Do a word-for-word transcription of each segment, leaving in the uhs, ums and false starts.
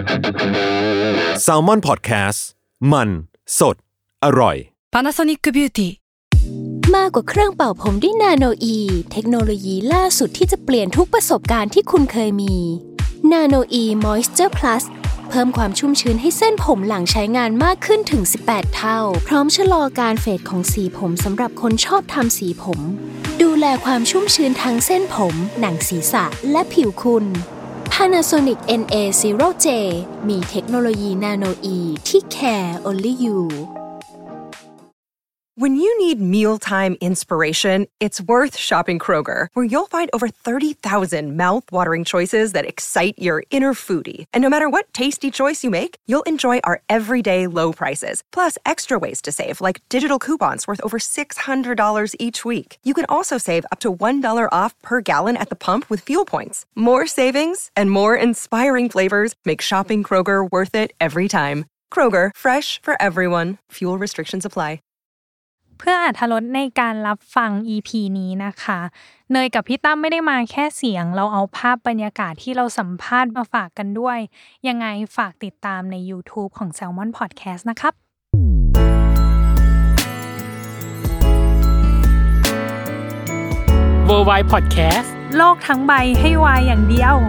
Salmon Podcast มันสดอร่อย Panasonic Beauty มากกว่าเครื่องเป่าผมด้วยนาโนอีเทคโนโลยีล่าสุดที่จะเปลี่ยนทุกประสบการณ์ที่คุณเคยมีนาโนอี Moisture Plus เพิ่มความชุ่มชื้นให้เส้นผมหลังใช้งานมากขึ้นถึงสิบแปดเท่าพร้อมชะลอการเฟดของสีผมสำหรับคนชอบทำสีผมดูแลความชุ่มชื้นทั้งเส้นผมหนังศีรษะและผิวคุณ Panasonic เอ็น เอ ศูนย์ เจ มีเทคโนโลยีนาโนอีที่ care only you When you need mealtime inspiration, it's worth shopping Kroger, where you'll find over thirty thousand mouth-watering choices that excite your inner foodie. And no matter what tasty choice you make, you'll enjoy our everyday low prices, plus extra ways to save, like digital coupons worth over six hundred dollars each week. You can also save up to one dollar off per gallon at the pump with fuel points. More savings and more inspiring flavors make shopping Kroger worth it every time. Kroger, fresh for everyone. Fuel restrictions apply. เพื่ออรรถรสในการรับฟัง อี พี นี้นะคะเนยกับพี่ตั้มไม่ได้มาแค่เสียงเราเอาภาพบรรยากาศที่เราสัมภาษณ์มาฝากกันด้วยยังไงฝากติดตามใน YouTube ของ Salmon Podcast นะครับ Worldwide Podcast โลกทั้งใบให้วายอย่างเดียว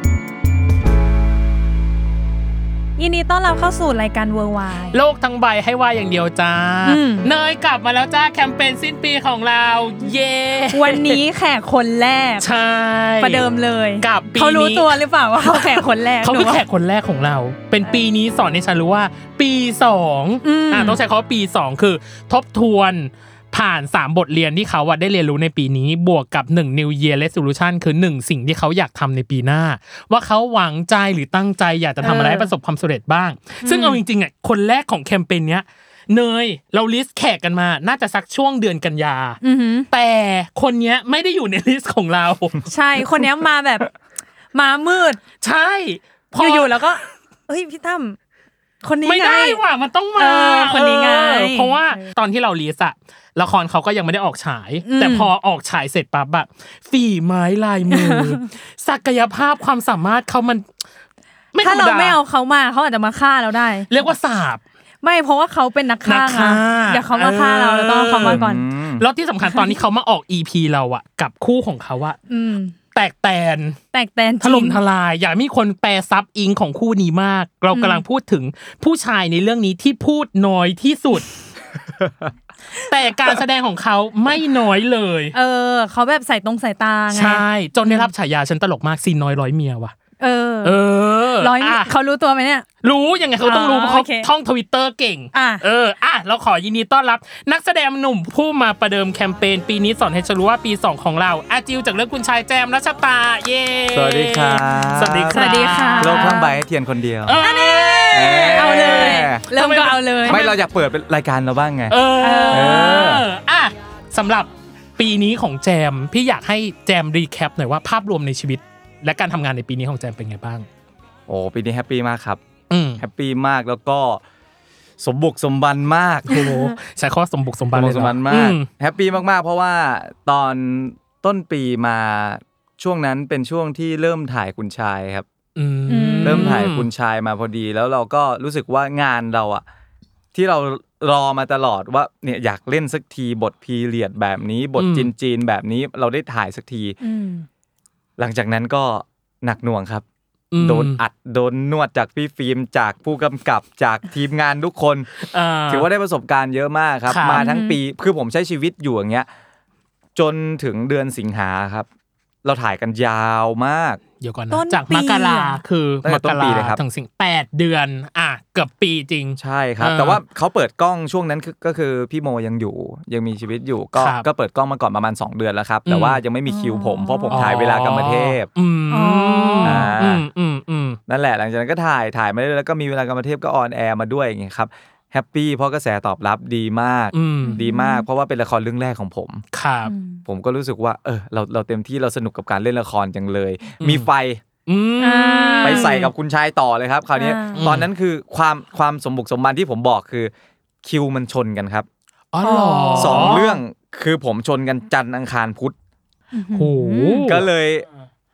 ยินดีต้อนรับเข้าสู่รายการ Worldwide โลกทั้งใบให้วายอย่างเดียวจ้าเนยกลับมาแล้วจ้าแคมเปญสิ้นปีของเราเย้วันนี้แขกคนแรกใช่ประเดิมเลยกับปีนี้เขารู้ตัวหรือเปล่าว่าเขาแขกคนแรกเขาคือแขกคนแรกของเราเป็นปีนี้สอนให้ฉันรู้ว่าปีสองอ่ะต้องใช้คำว่าปีสองคือทบทวนผ่านสามบทเรียนที่เขาได้เรียนรู้ในปีนี้บวกกับหนึ่ง New Year Resolution คือหนึ่งสิ่งที่เขาอยากทำในปีหน้าว่าเขาหวังใจหรือตั้งใจอยากจะทำอะไรให้ประสบความสำเร็จบ้างซึ่งเอาจริงๆอ่ะคนแรกของแคมเปญเนี้ยเนยเราลิสต์แขกกันมาน่าจะสักช่วงเดือนกันยาแต่คนเนี้ยไม่ได้อยู่ในลิสต์ของเราใช่คนเนี้ยมาแบบมามืดใช่อยู่ๆแล้วก็เฮ้ยพี่ตั้มคนนี้ไม่ได้ว่ะมันต้องมาคนนี้ไงเพราะว่าตอนที่เราลิสต์อะละครเขาก็ยังไม่ได้ออกฉายแต่พอออกฉายเสร็จปั๊บอะฝีไม้ลายมือศักยภาพความสามารถเขามันถ้าเราไม่เอาเขามาเขาอาจจะมาฆ่าเราได้เรียกว่าสาบไม่เพราะว่าเขาเป็นนักฆ่าเดี๋ยวเขามาฆ่าเราเราต้องเขามาก่อนแล้วที่สำคัญตอนนี้เขามาออก อี พี เราอะกับคู่ของเขาอะแตกแตนแตกแตนถล่มทลายอยากมีคนแปลซับอิงของคู่นี้มากเรากำลังพูดถึงผู้ชายในเรื่องนี้ที่พูดน้อยที่สุดแต่การแสดงของเขาไม่น้อยเลยเออเขาแบบใส่ตรงใส่ตาไงใช่จนได้รับฉายาฉันตลกมากซีนน้อยร้อยเมียว่ะเออเออร้อยเขารู้ตัวไหมเนี่ยรู้ยังไงเขาต้องรู้เพราะเขาท่อง Twitter เก่งเอออ่ะเราขอยินดีต้อนรับนักแสดงหนุ่มผู้มาประเดิมแคมเปญปีนี้สอนให้ฉันรู้ว่าปีสองของเราอาจิวจากเรื่องคุณชายแจมรัชตาเย้สวัสดีครับสวัสดีครับสวัสดีค่ะโลกทั้งใบให้เทียนคนเดียวเอาเลยเริ่มก็เอาเลยไม่เราอยากเปิดเป็นรายการเราบ้างไงเอออ่ะสำหรับปีนี้ของแจมพี่อยากให้แจมรีแคปหน่อยว่าภาพรวมในชีวิตและการทำงานในปีนี้ของแจมเป็นไงบ้างโอ้ปีนี้แฮปปี้มากครับแฮปปี้มากแล้วก็สมบุกสมบันมากโอ้โหใช้คำว่าสมบุกสมบันเลยสมบุกสมบันมากแฮปปี้มากๆเพราะว่าตอนต้นปีมาช่วงนั้นเป็นช่วงที่เริ่มถ่ายคุณชายครับเริ่มถ่ายคุณชายมาพอดีแล้วเราก็รู้สึกว่างานเราอะที่เรารอมาตลอดว่าเนี่ยอยากเล่นสักทีบทพีเรียดแบบนี้บทจีนๆแบบนี้เราได้ถ่ายสักทีหลังจากนั้นก็หนักหน่วงครับโดนอัดโดนนวดจากพี่ฟิล์มจากผู้กำกับจากทีมงานทุกคนถือว่าได้ประสบการณ์เยอะมากครับมาทั้งปีคือผมใช้ชีวิตอยู่อย่างเงี้ยจนถึงเดือนสิงหาครับเราถ่ายกันยาวมากเดี๋ยวก่อนนะจากมกราคือมกราถึงสิงแปดเดือนอ่ะเกือบปีจริงใช่ครับแต่ว่าเขาเปิดกล้องช่วงนั้นก็คือพี่โมยังอยู่ยังมีชีวิตอยู่ก็ก็เปิดกล้องมาก่อนประมาณสองเดือนแล้วครับแต่ว่ายังไม่มีคิวผมเพราะผมถ่ายเวลากรรมเทพอืมอืมนั่นแหละหลังจากนั้นก็ถ่ายถ่ายมาเรื่อยๆแล้วก็มีเวลากรรมเทพก็ออนแอร์มาด้วยอย่างเงี้ยครับแฮปปี้เพราะกระแสตอบรับดีมากดีมากเพราะว่าเป็นละครเรื่องแรกของผมครับผมก็รู้สึกว่าเออเราเราเต็มที่เราสนุกกับการเล่นละครจังเลยมีไฟไปใส่กับคุณชายต่อเลยครับคราวนี้ตอนนั้นคือความความสมบุกสมบันที่ผมบอกคือคิวมันชนกันครับอ๋อเหรอสองเรื่องคือผมชนกันจันทร์อังคารพุธโหก็เลย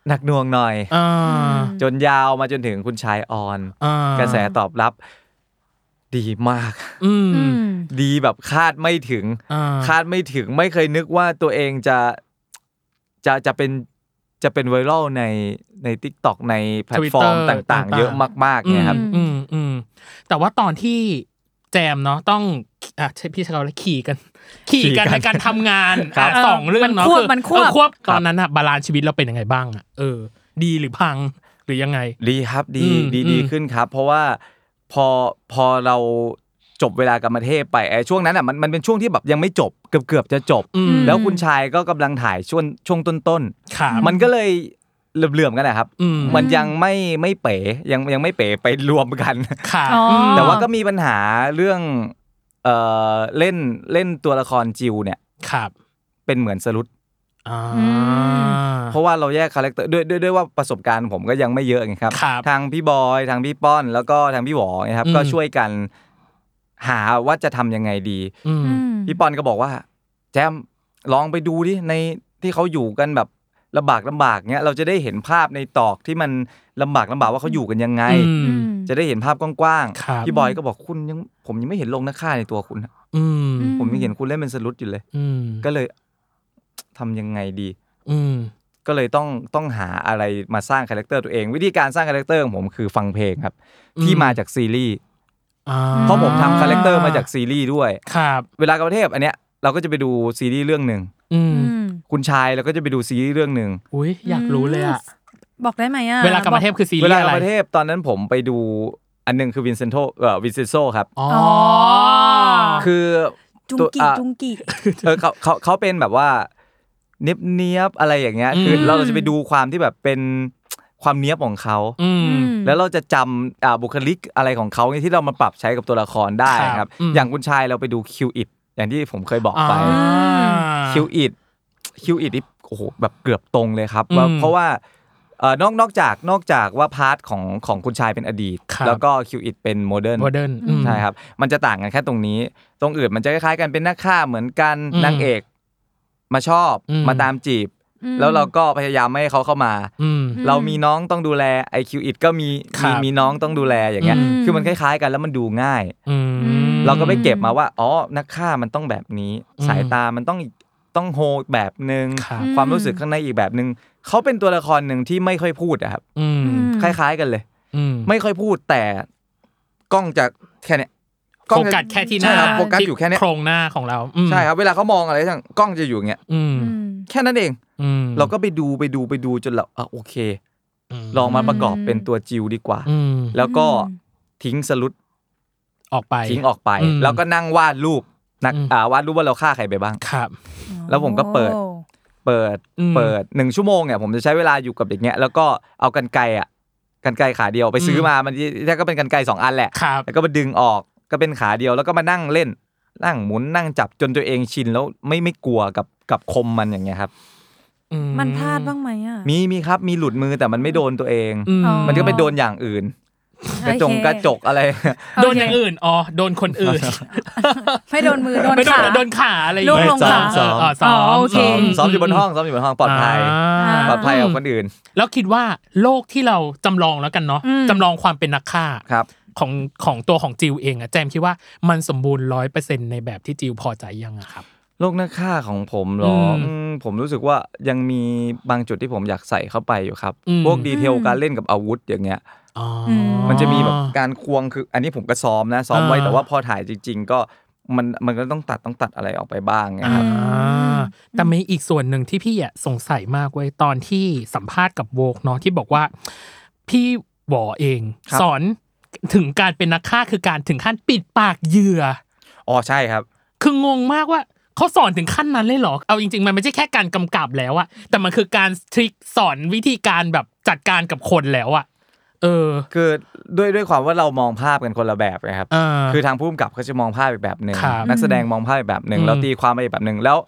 หนักหน่วงหน่อยจนยาวมาจนถึงคุณชายออนกระแสตอบรับดีมากดีแบบคาดไม่ถึงคาดไม่ถึงไม่เคยนึกว่าตัวเองจะจะจะเป็นจะเป็นไวรัลในใน TikTok ในแพลตฟอร์มต่างๆเยอะมากๆเนี่ยครับอืมๆแต่ว่าตอนที่แจมเนาะต้องอ่ะพี่ชาวแล้วขี่กันขี่กันในการทำงานสองเรื่องเนาะคือมันควบตอนนั้นอะบาลานซ์ชีวิตเราเป็นยังไงบ้างอะเออดีหรือพังหรือยังไงดีครับดีดีดีขึ้นครับเพราะว่าพอพอเราจบเวลากรรมเทพไปไอ้ช่วงนั้นอ่ะมันมันเป็นช่วงที่แบบยังไม่จบเกือบๆจะจบแล้วคุณชายก็กำลังถ่ายช่วงช่วงต้นๆมันก็เลยเหลื่อมๆกันนะครับมันยังไม่ไม่เป๋ยังยังไม่เป๋ไปรวมกันแต่ว่าก็มีปัญหาเรื่องเอ่อเล่นเล่นตัวละครจิวเนี่ยเป็นเหมือนสรุตเพราะว่าเราแยกคาแรคเตอร์ด้วยด้วยด้วยว่าประสบการณ์ผมก็ยังไม่เยอะไงครับทางพี่บอยทางพี่ป้อนแล้วก็ทางพี่หวอนะครับก็ช่วยกันหาว่าจะทำยังไงดีพี่ปอนก็บอกว่าแจมลองไปดูดิในที่เขาอยู่กันแบบลำบากลำบากเงี้ยเราจะได้เห็นภาพในตอกที่มันลำบากลำบากว่าเขาอยู่กันยังไงจะได้เห็นภาพกว้างๆพี่บอยก็บอกคุณยังผมยังไม่เห็นลงนักฆ่าในตัวคุณผมยังเห็นคุณเล่นเป็นสลุดอยู่เลยก็เลยทำยังไงดีก็เลยต้องต้องหาอะไรมาสร้างคาแรคเตอร์ตัวเองวิธีการสร้างคาแรคเตอร์ของผมคือฟังเพลงครับที่มาจากซีรีส์เพราะผมทำคาแรคเตอร์มาจากซีรีส์ด้วยเวลากรรมเทพอันเนี้ยเราก็จะไปดูซีรีส์เรื่องนึงคุณชายเราก็จะไปดูซีรีส์เรื่องนึงอุ๊ยอยากรู้เลยอ่ะบอกได้ไหมอ่ะเวลากรรมเทพคือซีรีส์อะไรเวลากรรมเทพตอนนั้นผมไปดูอันนึงคือวินเซนโตเอ่อวินเซนโซครับอ๋อคือจุงกิจุงกิเออเขาเขาเขาเป็นแบบว่าเนียบๆอะไรอย่างเงี้ยคือเราจะไปดูความที่แบบเป็นความเนียบของเขาแล้วเราจะจำบุคลิกอะไรของเขาที่เรามาปรับใช้กับตัวละครได้ครับอย่างคุณชายเราไปดูคิวอิดอย่างที่ผมเคยบอกไปคิวอิดคิวอิดนี่โอ้โหแบบเกือบตรงเลยครับเพราะว่านอกนอกจากนอกจากว่าพาร์ทของของคุณชายเป็นอดีตแล้วก็คิวอิดเป็นโมเดิร์นใช่ครับมันจะต่างกันแค่ตรงนี้ตรงอื่นมันจะคล้ายๆกันเป็นนักฆ่าเหมือนกันนางเอกมาชอบมาตามจีบแล้วเราก็พยายามไม่ให้เขาเข้ามาเรามีน้องต้องดูแลไอคิวอิดก็มีมีมีน้องต้องดูแลอย่างเงี้ยคือมันคล้ายๆกันแล้วมันดูง่ายเราก็ไปเก็บมาว่าอ๋อนักฆ่ามันต้องแบบนี้สายตามันต้องต้องโฮแบบนึงความรู้สึกข้างในอีกแบบนึงเขาเป็นตัวละครนึงที่ไม่ค่อยพูดอะครับคล้ายๆกันเลยไม่ค่อยพูดแต่กล้องจะแค่เนี้ยโฟกัสแค่ที่หน้าโฟกัสอยู่แค่นี้โครงหน้าของเราใช่ครับเวลาเขามองอะไรทั้งกล้องจะอยู่อย่างเงี้ยแค่นั้นเองเราก็ไปดูไปดูไปดูจนเราอ่ะโอเคลองมาประกอบเป็นตัวจิวดีกว่าแล้วก็ทิ้งสลุดออกไปทิ้งออกไปแล้วก็นั่งวาดรูปนักอ่าวาดรูปว่าเราฆ่าใครไปบ้างครับแล้วผมก็เปิดเปิดเปิดหนึ่งชั่วโมงเนี่ยผมจะใช้เวลาอยู่กับเด็กเนี้ยแล้วก็เอากรรไกรอ่ะกรรไกรขาเดียวไปซื้อมามันแท้ก็เป็นกรรไกรสองอันแหละแล้วก็มาดึงออกก็เป็นขาเดียวแล้วก็มานั่งเล่นนั่งหมุนนั่งจับจนตัวเองชินแล้วไม่ไม่กลัวกับกับคมมันอย่างเงี้ยครับมันพลาดบ้างไหมอ่ะมีมีครับมีหลุดมือแต่มันไม่โดนตัวเองมันก็ไปโดนอย่างอื่นกระจงกระจกอะไรโดนอย่างอื่นอ๋อโดนคนอื่นไม่โดนมือโดนขาโดนขาอะไรอย่างเงี้ยซ้อมซ้อมซ้อมซ้อมอยู่บนห้องซ้อมอยู่บนห้องปลอดภัยปลอดภัยกับคนอื่นแล้วคิดว่าโลกที่เราจำลองแล้วกันเนาะจำลองความเป็นนักฆ่าของของตัวของจิวเองอะแจมคิดว่ามันสมบูรณ์ ร้อยเปอร์เซ็นต์ ในแบบที่จิวพอใจยังอะครับโลกนักฆ่าของผมหรอผมรู้สึกว่ายังมีบางจุดที่ผมอยากใส่เข้าไปอยู่ครับพวกดีเทลการเล่นกับอาวุธอย่างเงี้ยมันจะมีแบบการควงคืออันนี้ผมก็ซ้อมนะซ้อมไว้แต่ว่าพอถ่ายจริงๆก็มันมันก็ต้องตัดต้องตัดอะไรออกไปบ้างนะครับแต่มีอีกส่วนหนึ่งที่พี่อ่ะสงสัยมากเว้ยตอนที่สัมภาษณ์กับโวกเนาะที่บอกว่าพี่หวอเองสอนถึงการเป็นนักฆ่าคือการถึงขั้นปิดปากเหยื่ออ๋อใช่ครับคืองงมากว่าเขาสอนถึงขั้นนั้นเลยเหรอเอาจริงๆมันไม่ใช่แค่การกำกับแล้วอะแต่มันคือการทริคสอนวิธีการแบบจัดการกับคนแล้วอะเออคือด้วยด้วยความว่าเรามองภาพกันคนละแบบนะครับคือทางผู้กำกับเขาจะมองภาพอีกแบบนึงนักแสดงมองภาพอีกแบบนึงแล้วตีความไปอีกแบบนึงแล้ว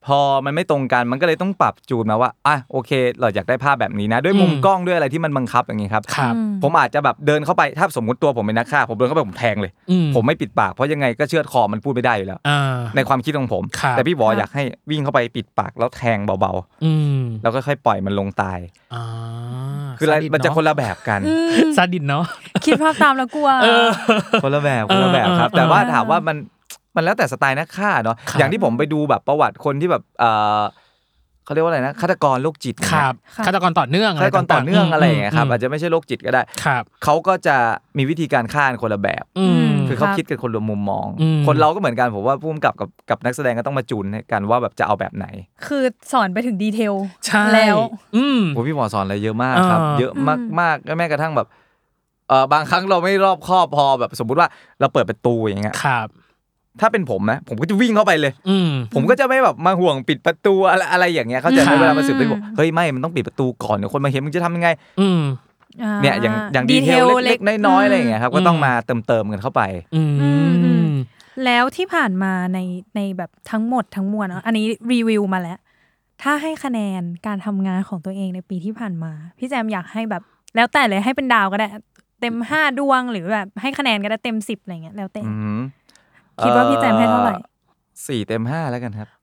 พอมันไม่ตรงกันมันก็เลยต้องปรับจูนมาว่าอ่ะโอเคเราอยากได้ภาพแบบนี้นะด้วยมุมกล้องด้วยอะไรที่มันบังคับอย่างงี้ครับผมอาจจะแบบเดินเข้าไปถ้าสมมุติตัวผมเป็นนักฆ่าผมเดินเข้าไปผมแทงเลยผมไม่ปิดปากเพราะยังไงก็เชือดคอมันพูดไม่ได้อยู่แล้วในความคิดของผมแต่พี่บออยากให้วิ่งเข้าไปปิดปากแล้วแทงเบาๆแล้วก็ค่อยปล่อยมันลงตายคือมันจะคนละแบบกันซาดิสเนาะคิดภาพตามแล้วกลัวคนละแบบคนละแบบครับแต่ว่าถามว่ามันมันแล้วแต่สไตล์นักฆ่าเนาะอย่างที่ผมไปดูแบบประวัติคนที่แบบเออเขาเรียกว่าอะไรนะฆาตกรโรคจิตครับฆาตกรต่อเนื่องฆาตกรต่อเนื่องอะไรอย่างเงี้ยครับอาจจะไม่ใช่โรคจิตก็ได้เขาก็จะมีวิธีการฆ่าคนละแบบคือเขาคิดกันคนละมุมมองคนเราก็เหมือนกันผมว่าผู้กำกับกับกับนักแสดงก็ต้องมาจูนกันว่าแบบจะเอาแบบไหนคือสอนไปถึงดีเทลแล้วอืมโหพี่หมอสอนอะไรเยอะมากครับเยอะมากๆแม้กระทั่งแบบเออบางครั้งเราไม่รอบคอบพอแบบสมมุติว่าเราเปิดประตูอย่างเงี้ยครับถ้าเป็นผมนะผมก็จะวิ่งเข้าไปเลยผมก็จะไม่แบบมาห่วงปิดประตูอะไรอะไรอย่างเงี้ยเขาจะในเวลามาสืบได้บอกเฮ้ยไม่มันต้องปิดประตูก่อนเดี๋ยวคนมาเห็นมึงจะทำยังไงเนี่ยอย่างอย่างดีเทลเล็กๆน้อยๆอะไรอย่างเงี้ยครับก็ต้องมาเติมเติมกันเข้าไปแล้วที่ผ่านมาในในแบบทั้งหมดทั้งมวลเนาะอันนี้รีวิวมาแล้วถ้าให้คะแนนการทำงานของตัวเองในปีที่ผ่านมาพี่แจมอยากให้แบบแล้วแต่เลยให้เป็นดาวก็ได้เต็มห้าดวงหรือแบบให้คะแนนก็ได้เต็มสิบอะไรเงี้ยแล้วแต่คิดว่าพี่แจมให้เท่าไหร่สี่เต็มห้าแล้วกันครับ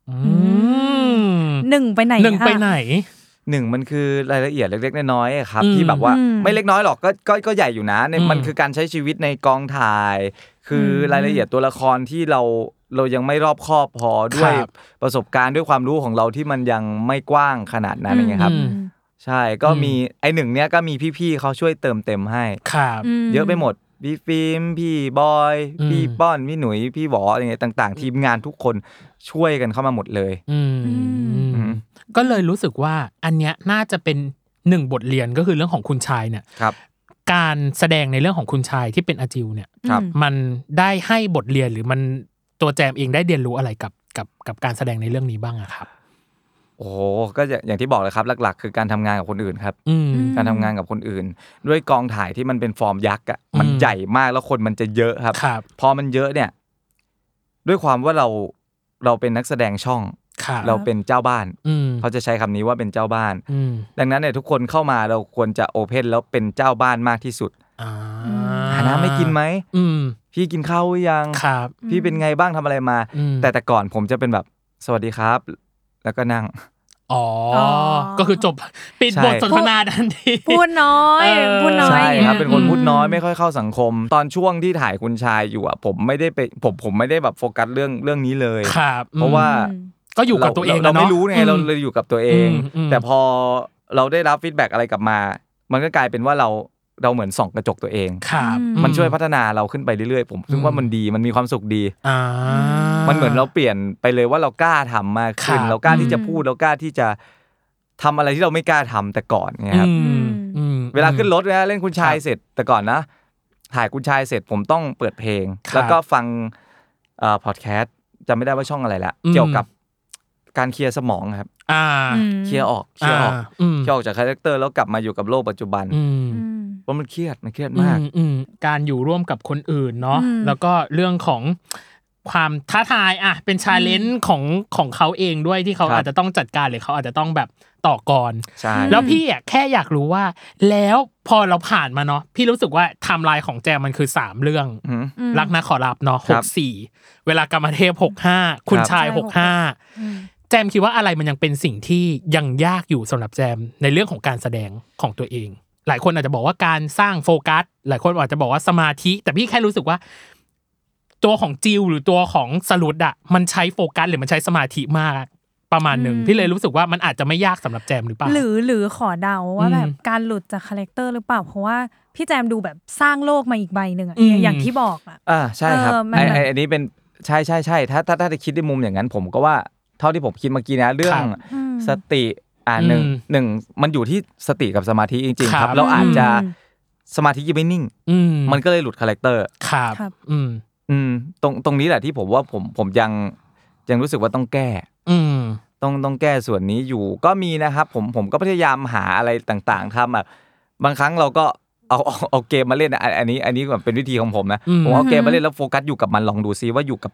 หนึ่งไปไหนหนึ่งไปไหนหนึ่งมันคือรายละเอียดเล็กๆน้อยๆครับที่แบบว่าไม่เล็กน้อยหรอกก็ก็ก็ใหญ่อยู่นะมันคือการใช้ชีวิตในกองถ่ายคือรายละเอียดตัวละครที่เราเรายังไม่รอบคอบพอด้วยประสบการณ์ด้วยความรู้ของเราที่มันยังไม่กว้างขนาดนั้นอย่างเงี้ยครับใช่ก็มีไอ้หนึ่งเนี้ยก็มีพี่ๆเขาช่วยเติมเต็มให้เยอะไปหมดพี่ฟิล์มพี่บอยพี่ป้อนพี่หนุ่ยพี่หวออะไรเงี้ยต่างๆทีมงานทุกคนช่วยกันเข้ามาหมดเลยก็เลยรู้สึกว่าอันเนี้ยน่าจะเป็นหนึ่งบทเรียนก็คือเรื่องของคุณชายเนี่ยการแสดงในเรื่องของคุณชายที่เป็นอาจิวเนี่ยมันได้ให้บทเรียนหรือมันตัวแจมเองได้เรียนรู้อะไรกับกับกับการแสดงในเรื่องนี้บ้างอะครับโอ้ก็อย่างที่บอกเลยครับหลักๆคือการทำงานกับคนอื่นครับการทำงานกับคนอื่นด้วยกองถ่ายที่มันเป็นฟอร์มยักษ์อ่ะมันใหญ่มากแล้วคนมันจะเยอะครับพอมันเยอะเนี่ยด้วยความว่าเราเราเป็นนักแสดงช่องเราเป็นเจ้าบ้านเขาจะใช้คำนี้ว่าเป็นเจ้าบ้านดังนั้นเนี่ยทุกคนเข้ามาเราควรจะโอเพนแล้วเป็นเจ้าบ้านมากที่สุดหาน้ำไม่กินไหมพี่กินข้าวหรือยังพี่เป็นไงบ้างทำอะไรมาแต่แต่ก่อนผมจะเป็นแบบสวัสดีครับแล้วก็นั่งอ๋อก็คือจบปิดบทสนทนาทันทีพูดน้อยพูดน้อยใช่ครับเป็นคนพูดน้อยไม่ค่อยเข้าสังคมตอนช่วงที่ถ่ายคุณชายอยู่อ่ะผมไม่ได้ไปผมผมไม่ได้แบบโฟกัสเรื่องเรื่องนี้เลยเพราะว่าก็อยู่กับตัวเองเราไม่รู้ไงเราเลยอยู่กับตัวเองแต่พอเราได้รับฟีดแบ็กอะไรกลับมามันก็กลายเป็นว่าเราเราเหมือนส่องกระจกตัวเองมันช่วยพัฒนาเราขึ้นไปเรื่อยๆผมคิดว่ามันดีมันมีความสุขดีมันเหมือนเราเปลี่ยนไปเลยว่าเรากล้าทำมากขึ้นเรากล้าที่จะพูดเรากล้าที่จะทำอะไรที่เราไม่กล้าทำแต่ก่อนไงครับเวลาขึ้นรถนะเล่นคุณชายเสร็จแต่ก่อนนะถ่ายคุณชายเสร็จผมต้องเปิดเพลงแล้วก็ฟังพอดแคสต์จำไม่ได้ว่าช่องอะไรละเกี่ยวกับการเคลียร์สมองครับเคลียร์ออกเคลียร์ออกเคลียร์ออกจากคาแรคเตอร์แล้วกลับมาอยู่กับโลกปัจจุบันเพราะมันเครียดมันเครียดมากการอยู่ร่วมกับคนอื่นเนาะแล้วก็เรื่องของความท้าทายอ่ะเป็น challenge ของของเขาเองด้วยที่เขาอาจจะต้องจัดการหรือเขาอาจจะต้องแบบต่อกรแล้วพี่อ่ะแค่อยากรู้ว่าแล้วพอเราผ่านมาเนาะพี่รู้สึกว่าไทม์ไลน์ของแจมมันคือสามเรื่องรักนะขอรับเนาะหกสิบสี่เวลากรรมเทพหกสิบห้าคุณชายหกสิบห้าแจมคิดว่าอะไรมันยังเป็นสิ่งที่ยังยากอยู่สำหรับแจมในเรื่องของการแสดงของตัวเองหลายคนอาจจะบอกว่าการสร้างโฟกัสหลายคนอาจจะบอกว่าสมาธิแต่พี่แค่รู้สึกว่าตัวของจิวหรือตัวของสลุดอ่ะมันใช้โฟกัสหรือมันใช้สมาธิมากประมาณนึงพี่เลยรู้สึกว่ามันอาจจะไม่ยากสำหรับแจมหรือเปล่าหรือหรือขอเดาว่าแบบการหลุดจากคาแรคเตอร์หรือเปล่าเพราะว่าพี่แจมดูแบบสร้างโลกมาอีกใบนึงอ่ะอย่างที่บอกอ่ะอ่าใช่ครับไอ้อันนี้เป็นใช่ๆๆถ้าถ้าถ้าจะคิดในมุมอย่างนั้นผมก็ว่าเท่าที่ผมคิดเมื่อกี้นะเรื่องสติอ่าหนึ่งหนึ่งมันอยู่ที่สติกับสมาธิจริงๆครับเราอาจจะสมาธิยังไม่นิ่งมันก็เลยหลุดคาแรคเตอร์ครับอืมอืมตรงตรงนี้แหละที่ผมว่าผมผมยังยังรู้สึกว่าต้องแก้อืมต้องต้องแก้ส่วนนี้อยู่ก็มีนะครับผมผมก็พยายามหาอะไรต่างๆทำแบบบางครั้งเราก็เอาเอาเอาเกมมาเล่นอันนี้อันนี้แบบเป็นวิธีของผมนะผมเอาเกมมาเล่นแล้วโฟกัสอยู่กับมันลองดูซิว่าอยู่กับเนี้ย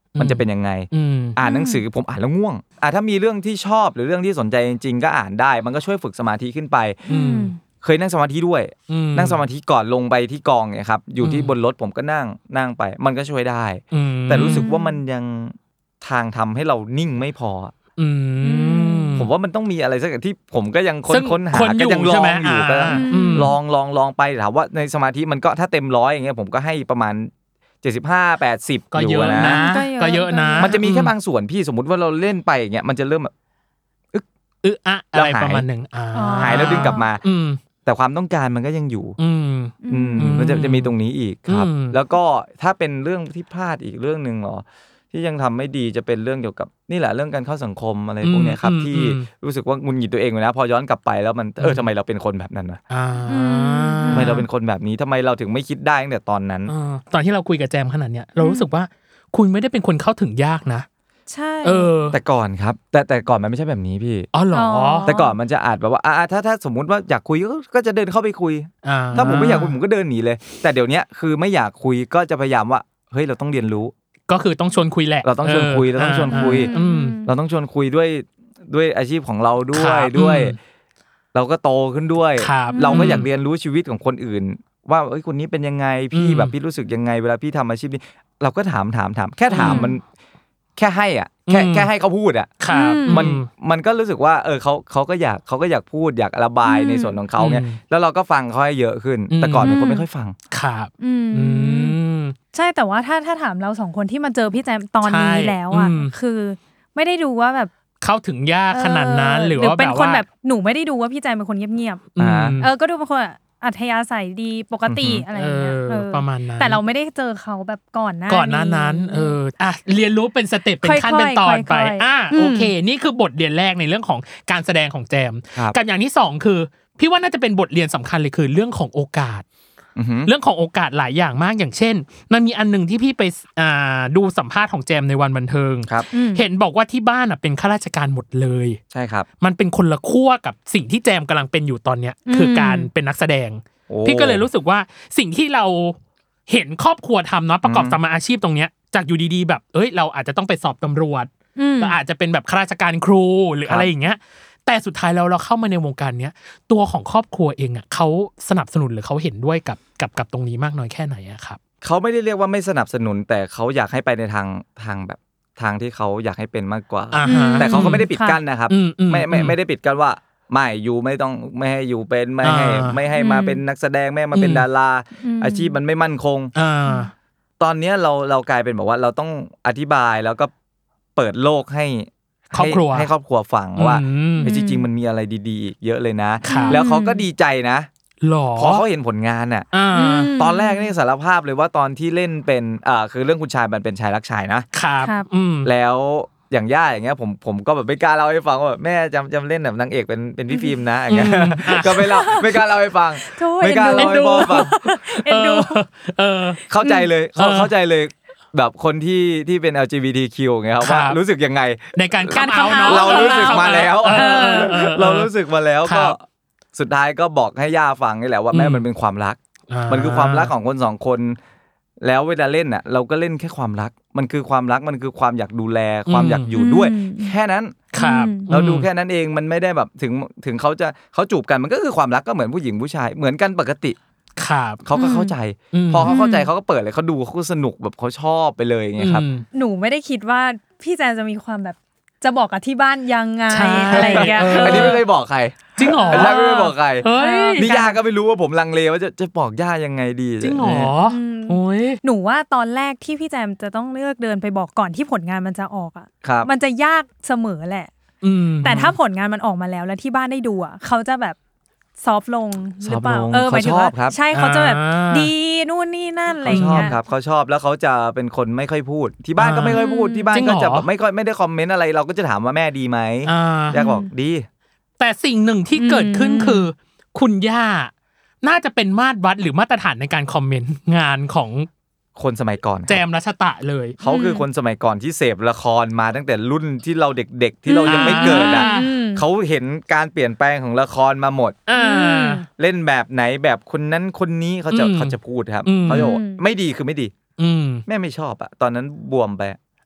มันจะเป็นยังไงอ่านหนังสือผมอ่านแล้วง่วงอ่ะถ้ามีเรื่องที่ชอบหรือเรื่องที่สนใจจริงๆก็อ่านได้มันก็ช่วยฝึกสมาธิขึ้นไปเคยนั่งสมาธิด้วยนั่งสมาธิก่อนลงไปที่กองเนี่ยครับอยู่ที่บนรถผมก็นั่งนั่งไปมันก็ช่วยได้แต่รู้สึกว่ามันยังทางทำให้เรานิ่งไม่พอผมว่ามันต้องมีอะไรสักอย่างที่ผมก็ยังค้นค้นหาก็ยังลองอยู่ก็ลองลองลองไปถามว่าในสมาธิมันก็ถ้าเต็มร้อยอย่างเงี้ยผมก็ให้ประมาณเจ็ดสิบห้า แปดสิบอยู่นะก็เยอะนะมันจะมีแค่บางส่วนพี่สมมุติว่าเราเล่นไปอย่างเงี้ยมันจะเริ่มแบบอึ๊กอึ๊ะอะไรประมาณนึงหายแล้วดึงกลับมาแต่ความต้องการมันก็ยังอยู่อืมอืมมันจะจะมีตรงนี้อีกครับแล้วก็ถ้าเป็นเรื่องที่พลาดอีกเรื่องนึงหรอที่ยังทำไม่ดีจะเป็นเรื่องเกี่ยวกับนี่แหละเรื่องการเข้าสังคมอะไรพวกนี้ครับที่รู้สึกว่าหงุดหงิดตัวเองเลยนะพอย้อนกลับไปแล้วมันเออทำไมเราเป็นคนแบบนั้นวะทำไมเราเป็นคนแบบนี้ทำไมเราถึงไม่คิดได้ตั้งแต่ตอนนั้นตอนที่เราคุยกับแจมขนาดเนี้ยเรารู้สึกว่าคุณไม่ได้เป็นคนเข้าถึงยากนะใช่เออแต่ก่อนครับแต่แต่ก่อนมันไม่ใช่แบบนี้พี่อ๋อเหรอแต่ก่อนมันจะอาจแบบว่าอ่าถ้าถ้าสมมุติว่าอยากคุยก็จะเดินเข้าไปคุยถ้าผมไม่อยากคุยผมก็เดินหนีเลยแต่เดี๋ยวนี้คือไม่อยากคุยก็จะพยายามว่าเฮ้ยเราต้องเรียนรู้ก็คือต้องชวนคุยแหละเราต้องชวนคุยเราต้องชวนคุยเราต้องชวนคุยด้วยด้วยอาชีพของเราด้วยด้วยเราก็โตขึ้นด้วยเราก็อยากเรียนรู้ชีวิตของคนอื่นว่าเอ้ยคนนี้เป็นยังไงพี่แบบพี่รู้สึกยังไงเวลาพี่ทำอาชีพนี้เราก็ถามถามถามแค่ถามมันแค่ให้อ่ะแค่แค่ให้เขาพูดอ่ะมันมันก็รู้สึกว่าเออเขาเขาก็อยากเขาก็อยากพูดอยากระบายในส่วนของเขาไงแล้วเราก็ฟังเขาให้เยอะขึ้นแต่ก่อนเป็นคนไม่ค่อยฟังครับใช่แต่ว่าถ้าถ้าถามเราสองคนที่มาเจอพี่แจมตอนนี้แล้วอ่ะคือไม่ได้ดูว่าแบบเข้าถึงยากขนาดนั้นหรือว่าเป็นคนแบบหนูไม่ได้ดูว่าพี่แจมเป็นคนเงียบๆเออก็ดูเป็นคนอัธยาศัยดีปกติอะไรอย่างเงี้ยประมาณนั้นแต่เราไม่ได้เจอเขาแบบก่อนหน้าก่อนหน้านั้นเอออ่ะเรียนรู้เป็นสเต็ปเป็นขั้นเป็นตอนไปอ่ะโอเคนี่คือบทเรียนแรกในเรื่องของการแสดงของแจมกับอย่างที่สองคือพี่ว่าน่าจะเป็นบทเรียนสำคัญเลยคือเรื่องของโอกาสเรื่องของโอกาสหลายอย่างมากอย่างเช่นมันมีอันนึงที่พี่ไปอ่าดูสัมภาษณ์ของแจมในวันบันเทิงเห็นบอกว่าที่บ้านอ่ะเป็นข้าราชการหมดเลยใช่ครับมันเป็นคนละขั้วกับสิ่งที่แจมกำลังเป็นอยู่ตอนเนี้ยคือการเป็นนักแสดงพี่ก็เลยรู้สึกว่าสิ่งที่เราเห็นครอบครัวทำเนาะประกอบสมอาชีพตรงเนี้ยจากอยู่ดีๆแบบเอ้ยเราอาจจะต้องไปสอบตำรวจเราอาจจะเป็นแบบข้าราชการครูหรืออะไรอย่างเงี้ยแต่สุดท้ายเราเราเข้ามาในวงการเนี้ยตัวของครอบครัวเองอ่ะเขาสนับสนุนหรือเขาเห็นด้วยกับกับกับตรงนี้มากน้อยแค่ไหนอะครับเขาไม่ได้เรียกว่าไม่สนับสนุนแต่เขาอยากให้ไปในทางทางแบบทางที่เขาอยากให้เป็นมากกว่าแต่เขาก็ไม่ได้ปิดกั้นนะครับไม่ไม่ไม่ได้ปิดกั้นว่าไม่อยู่ไม่ต้องไม่ให้อยู่เป็นไม่ให้ไม่ให้มาเป็นนักแสดงไม่ให้มาเป็นดาราอาชีพมันไม่มั่นคงตอนนี้เราเรากลายเป็นแบบว่าเราต้องอธิบายแล้วก็เปิดโลกให้ครอบครัวให้ครอบครัวฟังว่าจริงๆมันมีอะไรดีๆเยอะเลยนะแล้วเขาก็ดีใจนะพอเขาเห็นผลงานน่ะตอนแรกนี่สารภาพเลยว่าตอนที่เล่นเป็นอ่าคือเรื่องคุณชายมันเป็นชายรักชายนะครับแล้วอย่างย่าอย่างเงี้ยผมผมก็แบบไม่กล้าเล่าให้ฟังว่าแบบแม่จำจำเล่นแบบนางเอกเป็นเป็นพี่ฟิล์มนะอย่างเงี้ยก็ไม่เล่าไม่กล้าเล่าให้ฟังไม่กล้าเล่าให้พ่อฟังเอ็นดูเออเข้าใจเลยเขาเข้าใจเลยแบบคนที่ที่เป็น แอล จี บี ที คิว ไงครับว่ารู้สึกยังไงในการการเข้าเนาะเรารู้สึกมาแล้วเรารู้สึกมาแล้วก็สุดท้ายก็บอกให้ย่าฟังนี่แหละว่าแม่มันเป็นความรักมันคือความรักของคนสองคนแล้วเวลาเล่นน่ะเราก็เล่นแค่ความรักมันคือความรักมันคือความอยากดูแลความอยากอยู่ด้วยแค่นั้นครับเราดูแค่นั้นเองมันไม่ได้แบบถึงถึงเขาจะเขาจูบกันมันก็คือความรักก็เหมือนผู้หญิงผู้ชายเหมือนกันปกติครับเขาก็เข้าใจพอเขาเข้าใจเขาก็เปิดเลยเขาดูเขาสนุกแบบเขาชอบไปเลยไงครับหนูไม่ได้คิดว่าพี่แจมจะมีความแบบจะบอกกับที่บ้านยังไงอะไรอย่างเงี้ยอันนี้ไม่เคยบอกใครจริงหรออันนี้ไม่เคยบอกใครนี่ย่าก็ไม่รู้ว่าผมลังเลว่าจะจะบอกย่ายังไงดีจริงหรอโอ้ยหนูว่าตอนแรกที่พี่แจมจะต้องเลือกเดินไปบอกก่อนที่ผลงานมันจะออกอ่ะมันจะยากเสมอแหละแต่ถ้าผลงานมันออกมาแล้วแล้วที่บ้านได้ดูอ่ะเขาจะแบบซอฟลงหรือเปล่าเออหมายถึงว่าใช่เขาจะแบบดีนู่นนี่นั่นอะไรอย่างเงี้ยเขาชอบครับเขาชอบแล้วเขาจะเป็นคนไม่ค่อยพูดที่บ้านก็ไม่ค่อยพูดที่บ้านก็จะแบบไม่ค่อยไม่ได้คอมเมนต์อะไรเราก็จะถามว่าแม่ดีไหมย่าบอกดีแต่สิ่งหนึ่งที่เกิดขึ้นคือคุณย่าน่าจะเป็นมาตรวัดหรือมาตรฐานในการคอมเมนต์งานของคนสมัยก่อนแจมรัชตะเลยเขาคือคนสมัยก่อนที่เสพละครมาตั้งแต่รุ่นที่เราเด็กๆที่เรายังไม่เกิดอ่ะเขาเห็นการเปลี่ยนแปลงของละครมาหมดเล่นแบบไหนแบบคนนั้นคนนี้เขาจะเขาจะพูดครับเขาจะบอกไม่ดีคือไม่ดีแม่ไม่ชอบอ่ะตอนนั้นบวมไป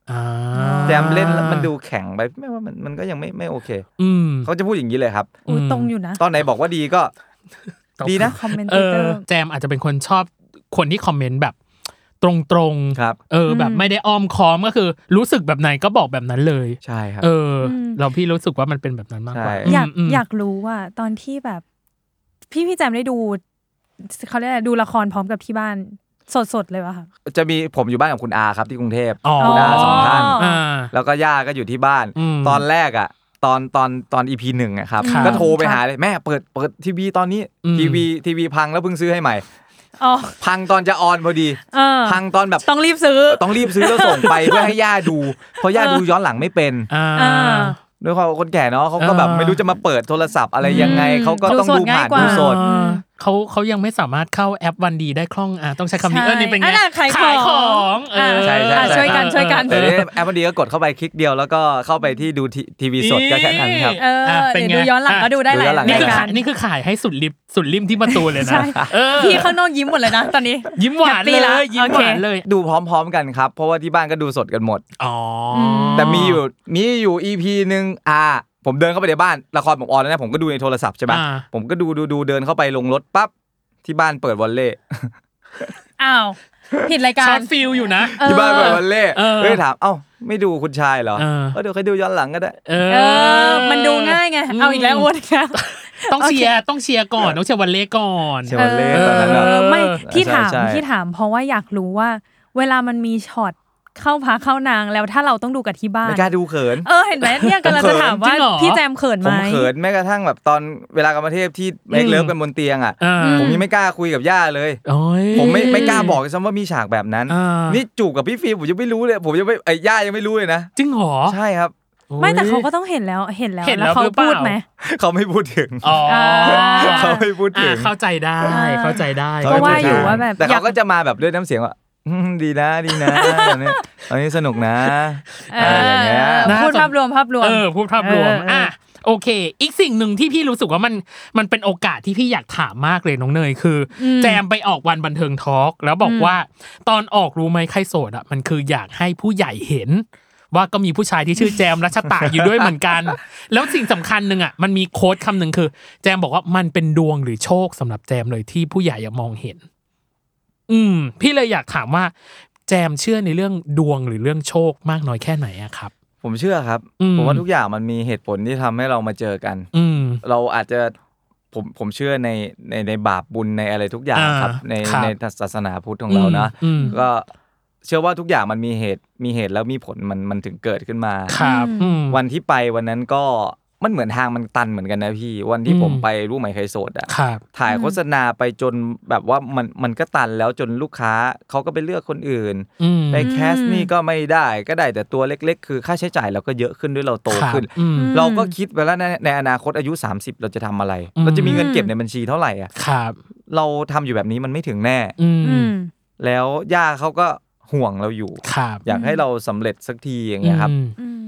แจมเล่นมันดูแข็งไปไม่ว่ามันมันก็ยังไม่ไม่โอเคเขาจะพูดอย่างนี้เลยครับอู้ตรงอยู่นะตอนไหนบอกว่าดีก็ดีนะคอมเมนต์เตอร์แจมอาจจะเป็นคนชอบคนที่คอมเมนต์แบบตรงๆครับเออแบบไม่ได้อ้อมค้อมก็คือรู้สึกแบบไหนก็บอกแบบนั้นเลยใช่ครับเออเราพี่รู้สึกว่ามันเป็นแบบนั้นมากกว่าอยากอยากรู้ว่าตอนที่แบบพี่พี่แจมได้ดูเขาเรียกอะไรดูละครพร้อมกับที่บ้านสดๆเลยป่ะคะจะมีผมอยู่บ้านกับคุณอาครับที่กรุงเทพคุณอาสองท่านแล้วก็ย่าก็อยู่ที่บ้านตอนแรกอ่ะตอนตอนตอน อี พี หนึ่งอ่ะครับก็โทรไปหาเลยแม่เปิดเปิดทีวีตอนนี้ทีวีทีวีพังแล้วเพิ่งซื้อให้ใหม่พังตอนจะออนพอดีพังตอนแบบต้องรีบซื้อต้องรีบซื้อแล้วส่งไปเพื่อให้ย่าดูเพราะย่าดูย้อนหลังไม่เป็นด้วยความคนแก่เนาะเขาก็แบบไม่รู้จะมาเปิดโทรศัพท์อะไรยังไงเขาก็ต้องดูผ่านดูสดเขาเขายังไม่สามารถเข้าแอปวันดีได้คล่องอ่ะต้องใช้คำนี้เออนี่เป็นไงขายของเออใช่ใช่ช่วยกันช่วยกันแต่แอปวันดีก็กดเข้าไปคลิกเดียวแล้วก็เข้าไปที่ดูทีวีสดก็แค่นั้นครับเป็นดูย้อนหลังก็ดูได้หลายนี่คือขายนี่คือขายให้สุดลิฟสุดริมที่ประตูเลยนะพี่ข้างนอกยิ้มหมดเลยนะตอนนี้ยิ้มหวานเลยยิ้มหวานเลยดูพร้อมๆกันครับเพราะว่าที่บ้านก็ดูสดกันหมดอ๋อแต่มีอยู่มีอยู่ อี พี นึงอ่าผมเดินเข้าไปในบ้านละครผมออนแล้วนะผมก็ดูในโทรศัพท์ใช่ป่ะผมก็ดูดูดูเดินเข้าไปลงรถปั๊บที่บ้านเปิดวอลเล่อ้าวผิดรายการช็อตฟิลอยู่นะที่บ้านเปิดวอลเล่เอ้ยถามเอ้าไม่ดูคุณชายเหรอเออเดี๋ยวใครดูย้อนหลังก็ได้เออมันดูง่ายไงเอาอีกแล้วอ้วนครับต้องเชียร์ต้องเชียร์ก่อนต้องเชียร์วอลเล่ก่อนเชียร์วอลเล่ตอนนั้นไม่ที่ถามที่ถามเพราะว่าอยากรู้ว่าเวลามันมีช็อตเข้าพาเข้านางแล้วถ้าเราต้องดูกับที่บ้านไม่กล้าดูเขินเออเห็นไหมเนี่ยกำลังจะถามว่าพี่แจมเขินไหมผมเขินแม้กระทั่งแบบตอนเวลากรรมเทพที่เมคเลิฟกันบนเตียงอ่ะผมยังไม่กล้าคุยกับย่าเลยผมไม่ไม่กล้าบอกซ้ำว่ามีฉากแบบนั้นนี่จูบกับพี่ฟิล์มผมยังไม่รู้เลยผมยังไม่ไอ้ย่ายังไม่รู้เลยนะจริงเหรอใช่ครับไม่แต่เขาก็ต้องเห็นแล้วเห็นแล้วแล้วเขาพูดไหมเขาไม่พูดถึงเขาไม่พูดถึงเข้าใจได้เข้าใจได้ก็ว่าอยู่ว่าแบบแต่เขาก็จะมาแบบด้วยน้ำเสียงว่าดีนะดีนะตอนนี้ตอนนี้สนุกนะอะไรอย่างเงี้ยพูดภาพรวมภาพรวมเออพูดภาพรวมอ่ะโอเคอีกสิ่งหนึ่งที่พี่รู้สึกว่ามันมันเป็นโอกาสที่พี่อยากถามมากเลยน้องเนยคือแจมไปออกวันบันเทิงทอล์กแล้วบอกว่าตอนออกรู้ไหมใครโสดอ่ะมันคืออยากให้ผู้ใหญ่เห็นว่าก็มีผู้ชายที่ชื่อแจมรัชตะอยู่ด้วยเหมือนกันแล้วสิ่งสำคัญนึงอ่ะมันมีโค้ดคำนึงคือแจมบอกว่ามันเป็นดวงหรือโชคสำหรับแจมเลยที่ผู้ใหญ่มองเห็นอืมพี่เลยอยากถามว่าแจมเชื่อในเรื่องดวงหรือเรื่องโชคมากน้อยแค่ไหนอะครับผมเชื่อครับผมว่าทุกอย่างมันมีเหตุผลที่ทำให้เรามาเจอกันเราอาจจะผมผมเชื่อในในในบาปบุญในอะไรทุกอย่างครับในในศาสนาพุทธของเรานะก็เชื่อว่าทุกอย่างมันมีเหตุมีเหตุแล้วมีผลมันมันถึงเกิดขึ้นมาครับวันที่ไปวันนั้นก็มันเหมือนทางมันตันเหมือนกันนะพี่วันที่ผมไปรู้ไหมใครโสดอ่ะถ่ายโฆษณาไปจนแบบว่ามันมันก็ตันแล้วจนลูกค้าเขาก็ไปเลือกคนอื่นไปแคสนี่ก็ไม่ได้ก็ได้แต่ตัวเล็กๆคือค่าใช้จ่ายเราก็เยอะขึ้นด้วยเราโตขึ้นเราก็คิดไปแล้วในอนาคตอายุสามสิบเราจะทำอะไรเราจะมีเงินเก็บในบัญชีเท่าไหร่อ่ะเราทำอยู่แบบนี้มันไม่ถึงแน่แล้วย่าเขาก็ห่วงเราอยู่อยากให้เราสำเร็จสักทีอย่างเงี้ยครับ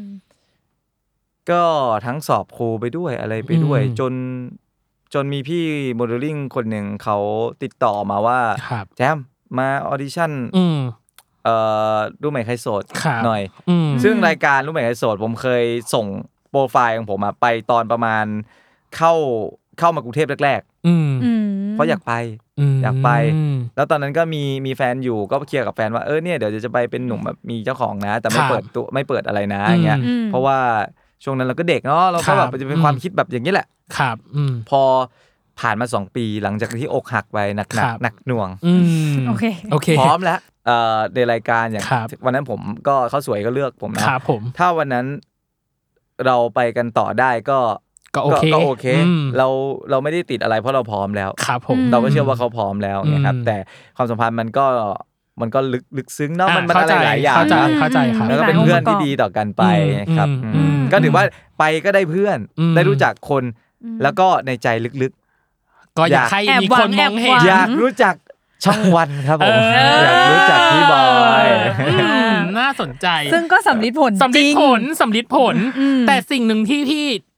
ก็ทั้งสอบครูไปด้วยอะไรไปด้วยจนจนมีพี่โมเดลลิ่งคนหนึ่งเขาติดต่อมาว่าแจมมาออดิชั่นเอ่อรู้ไหมใครโสดหน่อยซึ่งรายการรู้ไหมใครโสดผมเคยส่งโปรไฟล์ของผมมาไปตอนประมาณเข้าเข้ามากรุงเทพแรกๆเพราะอยากไปอยากไปแล้วตอนนั้นก็มีมีแฟนอยู่ก็เคลียร์กับแฟนว่าเออเนี่ยเดี๋ยวจะไปเป็นหนุ่มแบบมีเจ้าของนะแต่ไม่เปิดตัวไม่เปิดอะไรนะอย่างเงี้ยเพราะว่าช่วงนั้นเราก็เด็กเนาะเราก็แบบจะเป็นความคิดแบบอย่างนี้แหละครับพอผ่านมาสองปีหลังจากที่อกหักไปหนักหนักหนักหน่วงโอเคโอเคพร้อมแล้วเอ่อในรายการอย่างวันนั้นผมก็เขาสวยก็เลือกผมนะครับผมถ้าวันนั้นเราไปกันต่อได้ก็ก็โอเคก็โอเคเราเราไม่ได้ติดอะไรเพราะเราพร้อมแล้วครับผมเราก็เชื่อว่าเขาพร้อมแล้วนะครับแต่ความสัมพันธ์มันก็มันก็ลึกลึกซึ้งเนาะมันมันอะไรหลายอย่างเข้าใจเข้าใจครับแล้วก็เป็นเพื่อนที่ดีต่อกันไปครับก็ถือว่าไปก็ได้เพื่อนได้รู้จักคนแล้วก็ในใจลึกๆก็อยากให้มีคนมองเห็นอยากรู้จักช่องวันครับผมอยากรู้จักพี่บอยน่าสนใจซึ่งก็สำลิดผลสำลิดผลสำลิดผลแต่สิ่งหนึ่งที่พี่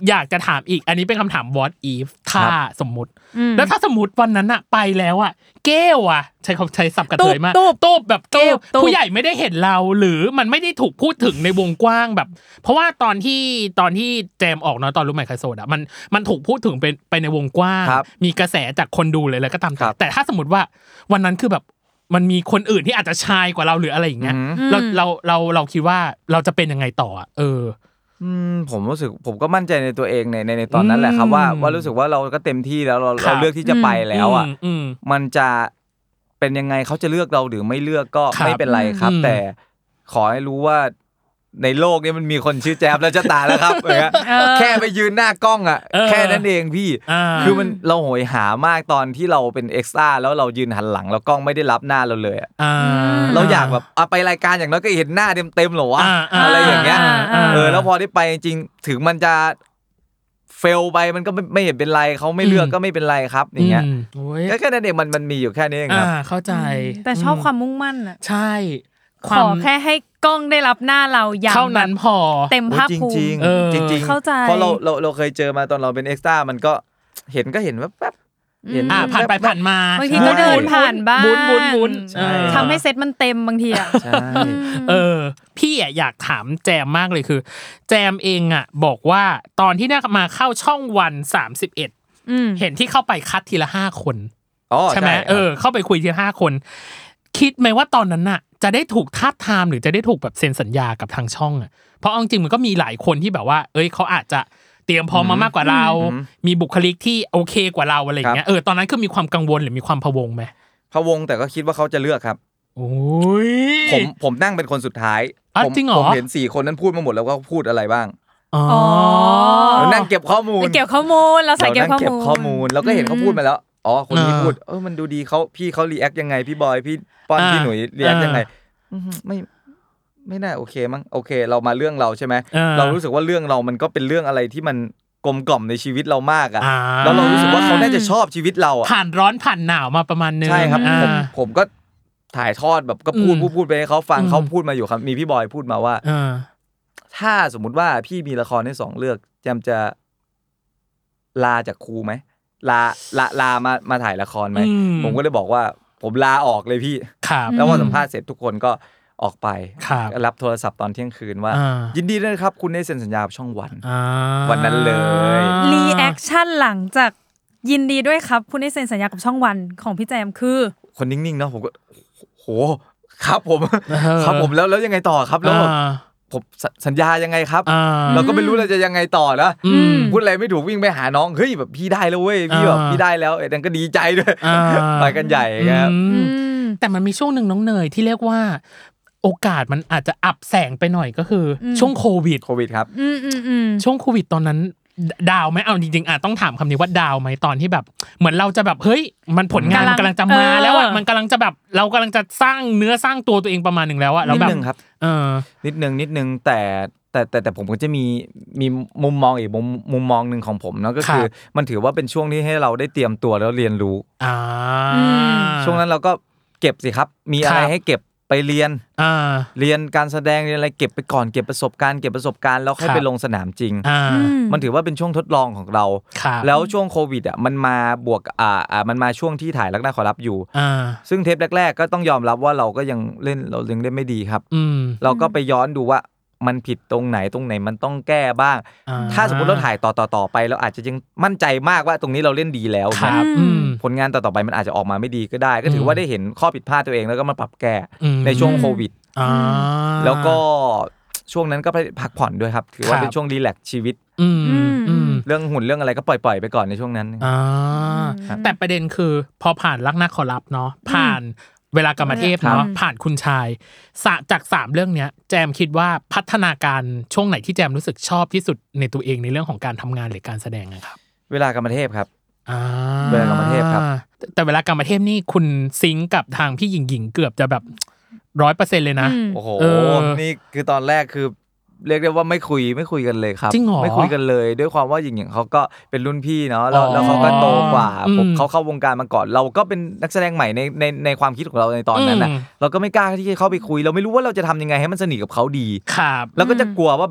อยากจะถามอีกอันนี้เป็นคำถาม what if ถ้าสมมุติแล้วถ้าสมมุติวันนั้นอะไปแล้วอะเก้วอะใช้คำใช้ศัพท์กระเทยมากตูบแบบเก้วผู้ใหญ่ไม่ได้เห็นเราหรือมันไม่ได้ถูกพูดถึงในวงกว้างแบบเพราะว่าตอนที่ตอนที่แจมออกเนาะตอนรู้ใหม่ใครโสดอะมันมันถูกพูดถึงเป็นไปในวงกว้างมีกระแสจากคนดูเลยแล้วก็ตามแต่ถ้าสมมติว่าวันนั้นคือแบบมันมีคนอื่นที่อาจจะชายกว่าเราหรืออะไรอย่างเงี้ยเราเราเราเราคิดว่าเราจะเป็นยังไงต่อเอออืมผมรู้สึกผมก็มั่นใจในตัวเองในในในตอนนั้นแหละครับว่าว่ารู้สึกว่าเราก็เต็มที่แล้วเราเราเลือกที่จะไปแล้วอ่ะมันจะเป็นยังไงเขาจะเลือกเราหรือไม่เลือกก็ไม่เป็นไรครับแต่ขอให้รู้ว่าในโลกนี้มันมีคนชื่อแจ๊บแล้วจะตายแล้วครับแค่ไปยืนหน้ากล้องอ่ะแค่นั้นเองพี่คือมันเราโหยหามากตอนที่เราเป็นเอ็กซ์ตร้าแล้วเรายืนหันหลังแล้วกล้องไม่ได้รับหน้าเราเลยอ่ะเราอยากแบบไปรายการอย่างน้อยก็เห็นหน้าเต็มๆหรอวะอะไรอย่างเงี้ยเออแล้วพอได้ไปจริงถึงมันจะเฟลไปมันก็ไม่เห็นเป็นไรเขาไม่เลือกก็ไม่เป็นไรครับอย่างเงี้ยก็แค่นั้นเองมันมันมีอยู่แค่นี้เองครับเข้าใจแต่ชอบความมุ่งมั่นอ่ะใช่ขอแค่ให้กล้องได้รับหน้าเราอย่างเท่านั้นพอเต็มภาคภูมิจริงๆจริงๆเข้าใจเพราะเราเราเราเคยเจอมาตอนเราเป็นเอ็กซ์ตร้ามันก็เห็นก็เห็นแว๊บๆเห็นผ่านไปผ่านมาบางทีก็เดินผ่านบ้างบุญทำให้เซตมันเต็มบางทีอ่ะใช่เออพี่อ่ะอยากถามแจมมากเลยคือแจมเองอ่ะบอกว่าตอนที่ได้มาเข้าช่องวันสามสิบเอ็ดเห็นที่เข้าไปคัดทีละห้าคนใช่ไหมเออเข้าไปคุยทีละห้าคนคิดไหมว่าตอนนั้นน่ะจะได้ถูกทาบทามหรือจะได้ถูกแบบเซ็นสัญญากับทางช่องอ่ะเพราะเอาจริงมันก็มีหลายคนที่แบบว่าเอ้ยเขาอาจจะเตรียมพร้อมมามากกว่าเรามีบุคลิกที่โอเคกว่าเราอะไรอย่างเงี้ยเออตอนนั้นคือมีความกังวลหรือมีความพะวงไหมพะวงแต่ก็คิดว่าเขาจะเลือกครับโอ้ยผมผมนั่งเป็นคนสุดท้ายผมผมเห็นสี่คนนั้นพูดมาหมดแล้วว่าพูดอะไรบ้างอ๋อนั่งเก็บข้อมูลเก็บข้อมูลเราใส่เก็บข้อมูลข้อมูลแล้วก็เห็นเขาพูดมาแล้วอ๋อคนนี้พูดเออมันดูดีเขาพี่เขารีแอคยังไงพี่บอยพี่ป้อนพี่หนุ่ยรีแอคยังไงไม่ไม่น่าโอเคมั้งโอเคเรามาเรื่องเราใช่ไหมเรารู้สึกว่าเรื่องเรามันก็เป็นเรื่องอะไรที่มันกลมกล่อมในชีวิตเรามากอ่ะแล้วเรารู้สึกว่าเขาน่าจะชอบชีวิตเราอ่ะผ่านร้อนผ่านหนาวมาประมาณนึงใช่ครับผมผมก็ถ่ายทอดแบบก็พูดพูดพูดไปให้เขาฟังเขาพูดมาอยู่ครับมีพี่บอยพูดมาว่าถ้าสมมุติว่าพี่มีละครให้สองเรื่องแจมจะลาจากครูไหมลาลาลามามาถ่ายละครไหมผมก็เลยบอกว่าผมลาออกเลยพี่แล้วพอสัมภาษณ์เสร็จทุกคนก็ออกไปรับโทรศัพท์ตอนเที่ยงคืนว่ายินดีด้วยครับคุณได้เซ็นสัญญาช่องวันวันนั้นเลยรีแอคชั่นหลังจากยินดีด้วยครับคุณได้เซ็นสัญญากับช่องวันของพี่แจมคือคนนิ่งๆเนาะผมก็โหครับผมครับผมแล้วแล้วยังไงต่อครับแล้วผมสัญญายังไงครับเราก็ไม่รู้เราจะยังไงต่อนะพูดอะไรไม่ถูกวิ่งไปหาน้องเฮ้ยแบบพี่ได้แล้วเว้ยพี่แบบพี่ได้แล้วไอ้นั่นก็ดีใจด้วยไปกันใหญ่ครับแต่มันมีช่วงหนึ่งน้องเนยที่เรียกว่าโอกาสมันอาจจะอับแสงไปหน่อยก็คือช่วงโควิดโควิดครับช่วงโควิดตอนนั้นดาวไหมเอาจริงๆอ่ะต้องถามคำนี้ว่าดาวไหมตอนที่แบบเหมือนเราจะแบบเฮ้ยมันผลงานมันกำลังจะมาแล้วอ่ะมันกำลังจะแบบเรากำลังจะสร้างเนื้อสร้างตัวตัวเองประมาณนึงแล้วอ่ะแล้วแบบนิดนึงครับเออนิดนึงนิดนึงแต่แต่แต่แต่ผมก็จะมีมีมุมมองอีกมุมมุมมองนึงของผมเนาะก็คือมันถือว่าเป็นช่วงที่ให้เราได้เตรียมตัวแล้วเรียนรู้อ่าช่วงนั้นเราก็เก็บสิครับมีอะไรให้เก็บไปเรียนเรียนการแสดงเรียนอะไรเก็บไปก่อนเก็บประสบการณ์เก็บประสบการณ์แล้วค่อยไปลงสนามจริงมันถือว่าเป็นช่วงทดลองของเราแล้วช่วงโควิดอ่ะมันมาบวกอ่าอ่ามันมาช่วงที่ถ่ายรักน่าขอรับอยู่ซึ่งเทปแรกๆก็ต้องยอมรับว่าเราก็ยังเล่นเรายังเล่นไม่ดีครับเราก็ไปย้อนดูว่ามันผิดตรงไหนตรงไหนมันต้องแก้บ้างถ้าสมมติเราถ่ายต่อต่อไปเราอาจจะยังมั่นใจมากว่าตรงนี้เราเล่นดีแล้วครับผลงานต่อๆไปมันอาจจะออกมาไม่ดีก็ได้ก็ถือว่าได้เห็นข้อผิดพลาดตัวเองแล้วก็มาปรับแก้ในช่วงโควิดแล้วก็ช่วงนั้นก็พักผ่อนด้วยครับถือว่าเป็นช่วงรีแลกซ์ชีวิตเรื่องหุ่นเรื่องอะไรก็ปล่อยๆไปก่อนในช่วงนั้นแต่ประเด็นคือพอผ่านรักน่าขอรับเนาะผ่านเวลากรรมเทพเนาะผ่านคุณชายจากสามเรื่องเนี้ยแจมคิดว่าพัฒนาการช่วงไหนที่แจมรู้สึกชอบที่สุดในตัวเองในเรื่องของการทำงานหรือการแสดงนะครับเวลากรรมเทพครับเวลากรรมเทพครับแต่เวลากรรมเทพนี่คุณซิงค์กับทางพี่หญิงหญิงเกือบจะแบบร้อยเปอร์เซ็นต์เลยนะโอ้โหนี่คือตอนแรกคือเรียกได้ว่าไม่คุยไม่คุยกันเลยครับไม่คุยกันเลยด้วยความว่าหญิงหญิงเขาก็เป็นรุ่นพี่เนาะแล้วแล้วเขาก็โตกว่าผมเขาเข้าวงการมาก่อนเราก็เป็นนักแสดงใหม่ในในในความคิดของเราในตอนนั้นน่ะเราก็ไม่กล้าที่จะเข้าไปคุยเราไม่รู้ว่าเราจะทำยังไงให้มันสนิทกับเขาดีครับแล้วก็จะกลัวว่าแบบ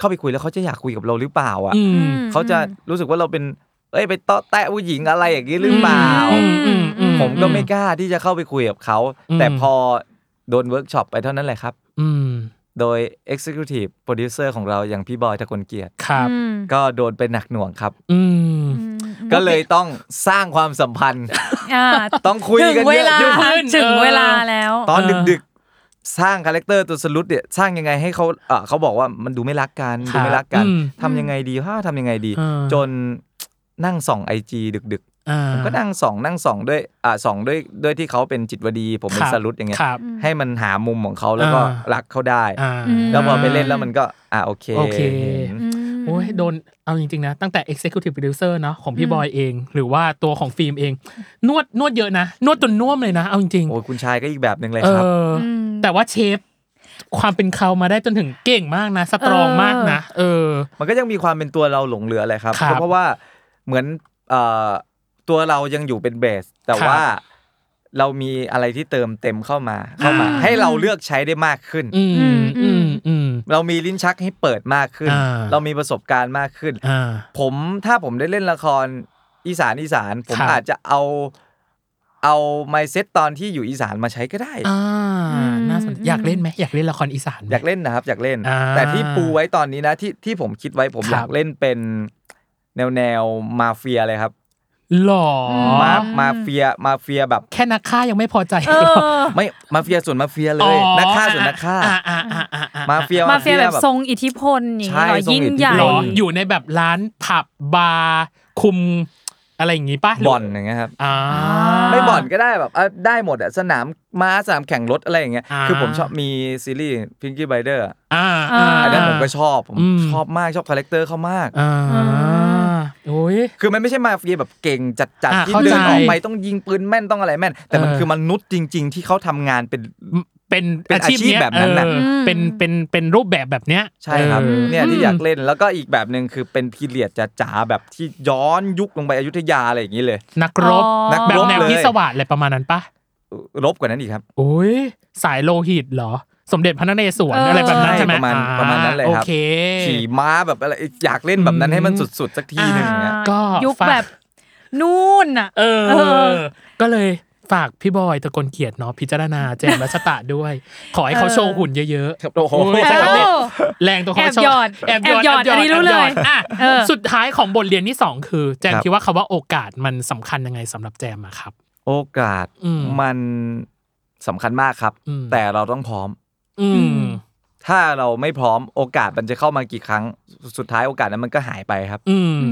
เข้าไปคุยแล้วเขาจะอยากคุยกับเราหรือเปล่าอ่ะเขาจะรู้สึกว่าเราเป็นเอ้ยไปเตาะแตะผู้หญิงอะไรอย่างงี้หรือเปล่าผมก็ไม่กล้าที่จะเข้าไปคุยกับเขาแต่พอโดนเวิร์กช็อปไปเท่านั้นแหละครับโดย Executive Producer ของเราอย่างพี่บอยตะกลเกียรติครับก็โดนไปหนักหน่วงครับก็เลยต้องสร้างความสัมพันธ์ต้องคุยกันเยอะขึ้นถึงเวลาแล้วตอนดึกๆสร้างคาแรคเตอร์ตัวสลุดเนี่ยสร้างยังไงให้เขาเอ่อเขาบอกว่ามันดูไม่รักกันดูไม่รักกันทำยังไงดีฮ่าทำยังไงดีจนนั่งส่อง ไอ จี ดึกๆผมก็นั่งส่องนั่งส่องด้วยอ่าส่องด้วยด้วยที่เขาเป็นจิตวดีผมเป็นสลุดอย่างเงี้ยให้มันหามุมของเขาแล้วก็รักเขาได้แล้วพอไปเล่นแล้วมันก็อ่าโอเคโอเคโอ้ยโดนเอาจริงๆนะตั้งแต่ Executive Producer เนาะของพี่บอยเองหรือว่าตัวของฟิล์มเองนวดนวดเยอะนะนวดจนน่วมเลยนะเอาจริงๆโอ้ยคุณชายก็อีกแบบนึงเลยครับแต่ว่าเชฟความเป็นเขามาได้จนถึงเก่งมากนะสตรองมากนะเออมันก็ยังมีความเป็นตัวเราหลงเหลือเลยครับเพราะว่าเหมือนเอ่อตัวเรายังอยู่เป็นเบสแต่ว่าเรามีอะไรที่เติมเต็มเข้ามาเข้ามาให้เราเลือกใช้ได้มากขึ้นเรามีลิ้นชักให้เปิดมากขึ้นเรามีประสบการณ์มากขึ้นผมถ้าผมได้เล่นละครอีสานอีสานผมอาจจะเอาเอา mindset ตอนที่อยู่อีสานมาใช้ก็ได้อ่าน่าสนใจอยากเล่นไหมอยากเล่นละครอีสานอยากเล่นนะครับอยากเล่นแต่ที่ปูไว้ตอนนี้นะที่ที่ผมคิดไว้ผมอยากเล่นเป็นแนวแนวมาเฟียเลยครับหรอมามาเฟียมาเฟียแบบแค่นักฆ่ายังไม่พอใจไม่มาเฟียส่วนมาเฟียเลยนักฆ่าส่วนนักฆ่ามาเฟียมาเฟียแบบทรงอิทธิพลอย่างเงี้ยยิ่งใหญ่อยู่ในแบบร้านผับบาร์คุมอะไรอย่างงี้ป่ะบ่อนอย่างเงี้ยครับไม่บ่อนก็ได้แบบได้หมดอ่ะสนามม้าสนามแข่งรถอะไรอย่างเงี้ยคือผมชอบมีซีรีส์ Pinky Rider อ่าอันนั้นผมก็ชอบผมชอบมากชอบคาแรคเตอร์เขามากโอ้ยคือมันไม่ใช่มาเฟียแบบเก่งจัดๆที่เดินออกไปต้องยิงปืนแม่นต้องอะไรแม่นแต่มันคือมนุษย์จริงๆที่เขาทำงานเป็นเป็นอาชีพแบบนั้นน่ะเป็นเป็นเป็นรูปแบบแบบเนี้ยใช่ครับเนี่ยที่อยากเล่นแล้วก็อีกแบบนึงคือเป็นพีเรียดจ๋าๆแบบที่ย้อนยุคลงไปอยุธยาอะไรอย่างงี้เลยนักรบนักรบแนวพิศวาสอะไรประมาณนั้นปะรบกว่านั้นอีกครับโอ้ยสายโลหิตเหรอสมเด็จพระนเรศวรอะไรแบบนั้นใช่มั้ยประมาณประมาณนั้นเลยครับขี่ม้าแบบอะไรอยากเล่นแบบนั้นให้มันสุดๆสักทีนึงเงี้ยก็ยุคแบบนู่นน่ะเออก็เลยฝากพี่บอยตะกลเกียรติเนาะพิจารณาแจมรัชตะด้วยขอให้เขาโชว์หุ่นเยอะๆโอ้โหแรงตัวเขาโชว์แอบยอดอันนี้รู้เลยอ่ะสุดท้ายของบทเรียนที่สองคือแจมคิดว่าคำว่าโอกาสมันสำคัญยังไงสำหรับแจมอะครับโอกาสมันสำคัญมากครับแต่เราต้องพร้อมถ้าเราไม่พร้อมโอกาสมันจะเข้ามากี่ครั้งสุดท้ายโอกาสนั้นมันก็หายไปครับ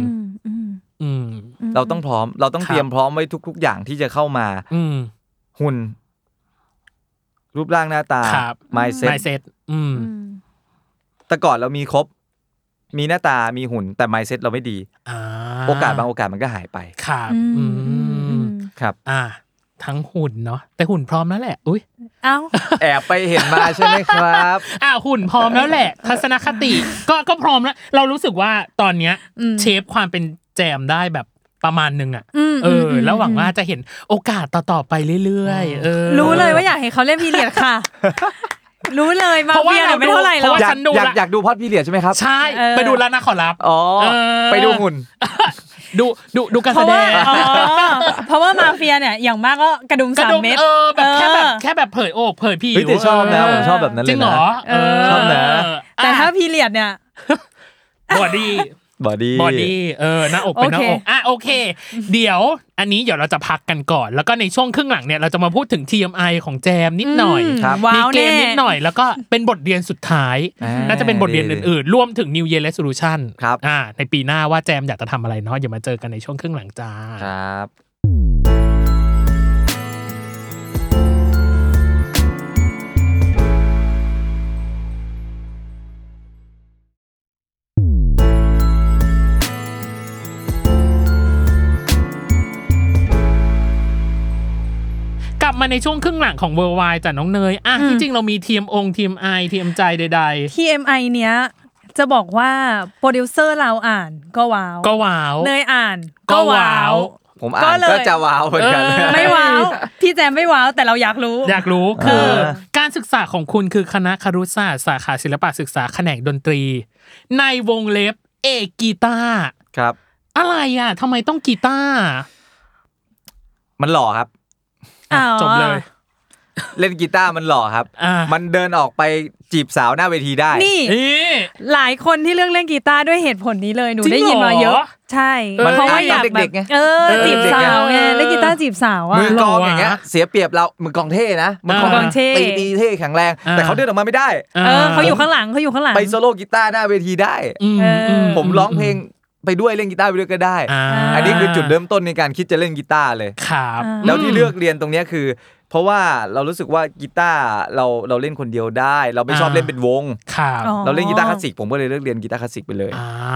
เราต้องพร้อมเราต้องเตรียมพร้อมไว้ทุกๆอย่างที่จะเข้ามาหุ่นรูปร่างหน้าตา mindset แต่ก่อนเรามีครบมีหน้าตามีหุ่นแต่ mindset เราไม่ดีโอกาสบางโอกาสมันก็หายไปครับครับอ่าทั้งหุ่นเนาะแต่หุ่นพร้อมแล้วแหละอุ้ยเอ้าแอบไปเห็นมาใช่ไหมครับอ่าหุ่นพร้อมแล้วแหละทัศนคติก็ก็พร้อมแล้วเรารู้สึกว่าตอนเนี้ยเชฟความเป็นแจมได้แบบประมาณนึงอ่ะเออแล้วหวังว่าจะเห็นโอกาสต่อๆไปเรื่อยๆเออรู้เลยว่าอยากเห็นเขาเล่นพีเรียดค่ะรู้เลยมาเฟียไม่เท่าไหร่หรอกอยากอยากอยากดูพอดพีเรียดใช่ไหมครับใช่ไปดูแล้วนะขอรับอ๋อไปดูหุ่นดูดูดูการแสดงเพราะว่ามาเฟียเนี่ยอย่างมากก็กระดุมสามเม็ดเออแบบแค่แบบแค่แบบเผยอกเผยผิวพี่ชอบนะผมชอบแบบนั้นเลยนะจริงเหรอชอบนะแต่ถ้าพีเรียดเนี่ยบอดี้บอดี้บอดี้เออหน้าอกเป็นหน้าอกอ่ะโอเคเดี๋ยวอันนี้เดี๋ยวเราจะพักกันก่อนแล้วก็ในช่วงครึ่งหลังเนี่ยเราจะมาพูดถึง ที เอ็ม ไอ ของแจมนิดหน่อยมีเกมนิดหน่อยแล้วก็เป็นบทเรียนสุดท้ายน่าจะเป็นบทเรียนอื่นๆรวมถึง New Year Resolution ครับอ่าในปีหน้าว่าแจมอยากจะทำอะไรเนาะอย่ามาเจอกันในช่วงครึ่งหลังจ้าครับกลับมาในช่วงครึ่งหลังของ Worldwide จ้ะน้องเนยอ่ะจริงๆเรามี ที เอ็ม อง ที เอ็ม ไอ ที เอ็ม ใจใดๆ ที เอ็ม ไอ เนี้ยจะบอกว่าโปรดิวเซอร์เราอ่านก็ว้าวก็ว้าวเนยอ่านก็ว้าวผมอ่านก็จะว้าวเหมือนกันไม่ว้าวพี่แจมไม่ว้าวแต่เราอยากรู้อยากรู้คือการศึกษาของคุณคือคณะครุศาสตร์สาขาศิลปศึกษาแขนงดนตรีในวงเล็บเอกกีตาร์ครับอะไรอ่ะทำไมต้องกีตาร์มันหล่อครับจบเลยเล่นกีตาร์มันหล่อครับมันเดินออกไปจีบสาวหน้าเวทีได้นี่หลายคนที่เลือกเล่นกีตาร์ด้วยเหตุผลนี้เลยหนูได้ยินมาเยอะใช่เพราะว่าอยากแบบเออจีบสาวไงเล่นกีตาร์จีบสาวอ่ะมือกลองอย่างเงี้ยเสียเปรียบเรามือกลองเท่นะมือกลองตีดีเท่แข็งแรงแต่เขาเดินออกมาไม่ได้เออเขาอยู่ข้างหลังเขาอยู่ข้างหลังไปโซโล่กีตาร์หน้าเวทีได้ผมร้องเพลงไปด้วยเล่นกีตาร์ไปด้วยก็ได้อันนี้คือจุดเริ่มต้นในการคิดจะเล่นกีตาร์เลยครับแล้วที่เลือกเรียนตรงนี้คือเพราะว่าเรารู้สึกว่ากีตาร์เราเราเล่นคนเดียวได้เราไม่ชอบเล่นเป็นวงเราเล่นกีตาร์คลาสสิกผมก็เลยเลือกเรียนกีตาร์คลาสสิกไปเลย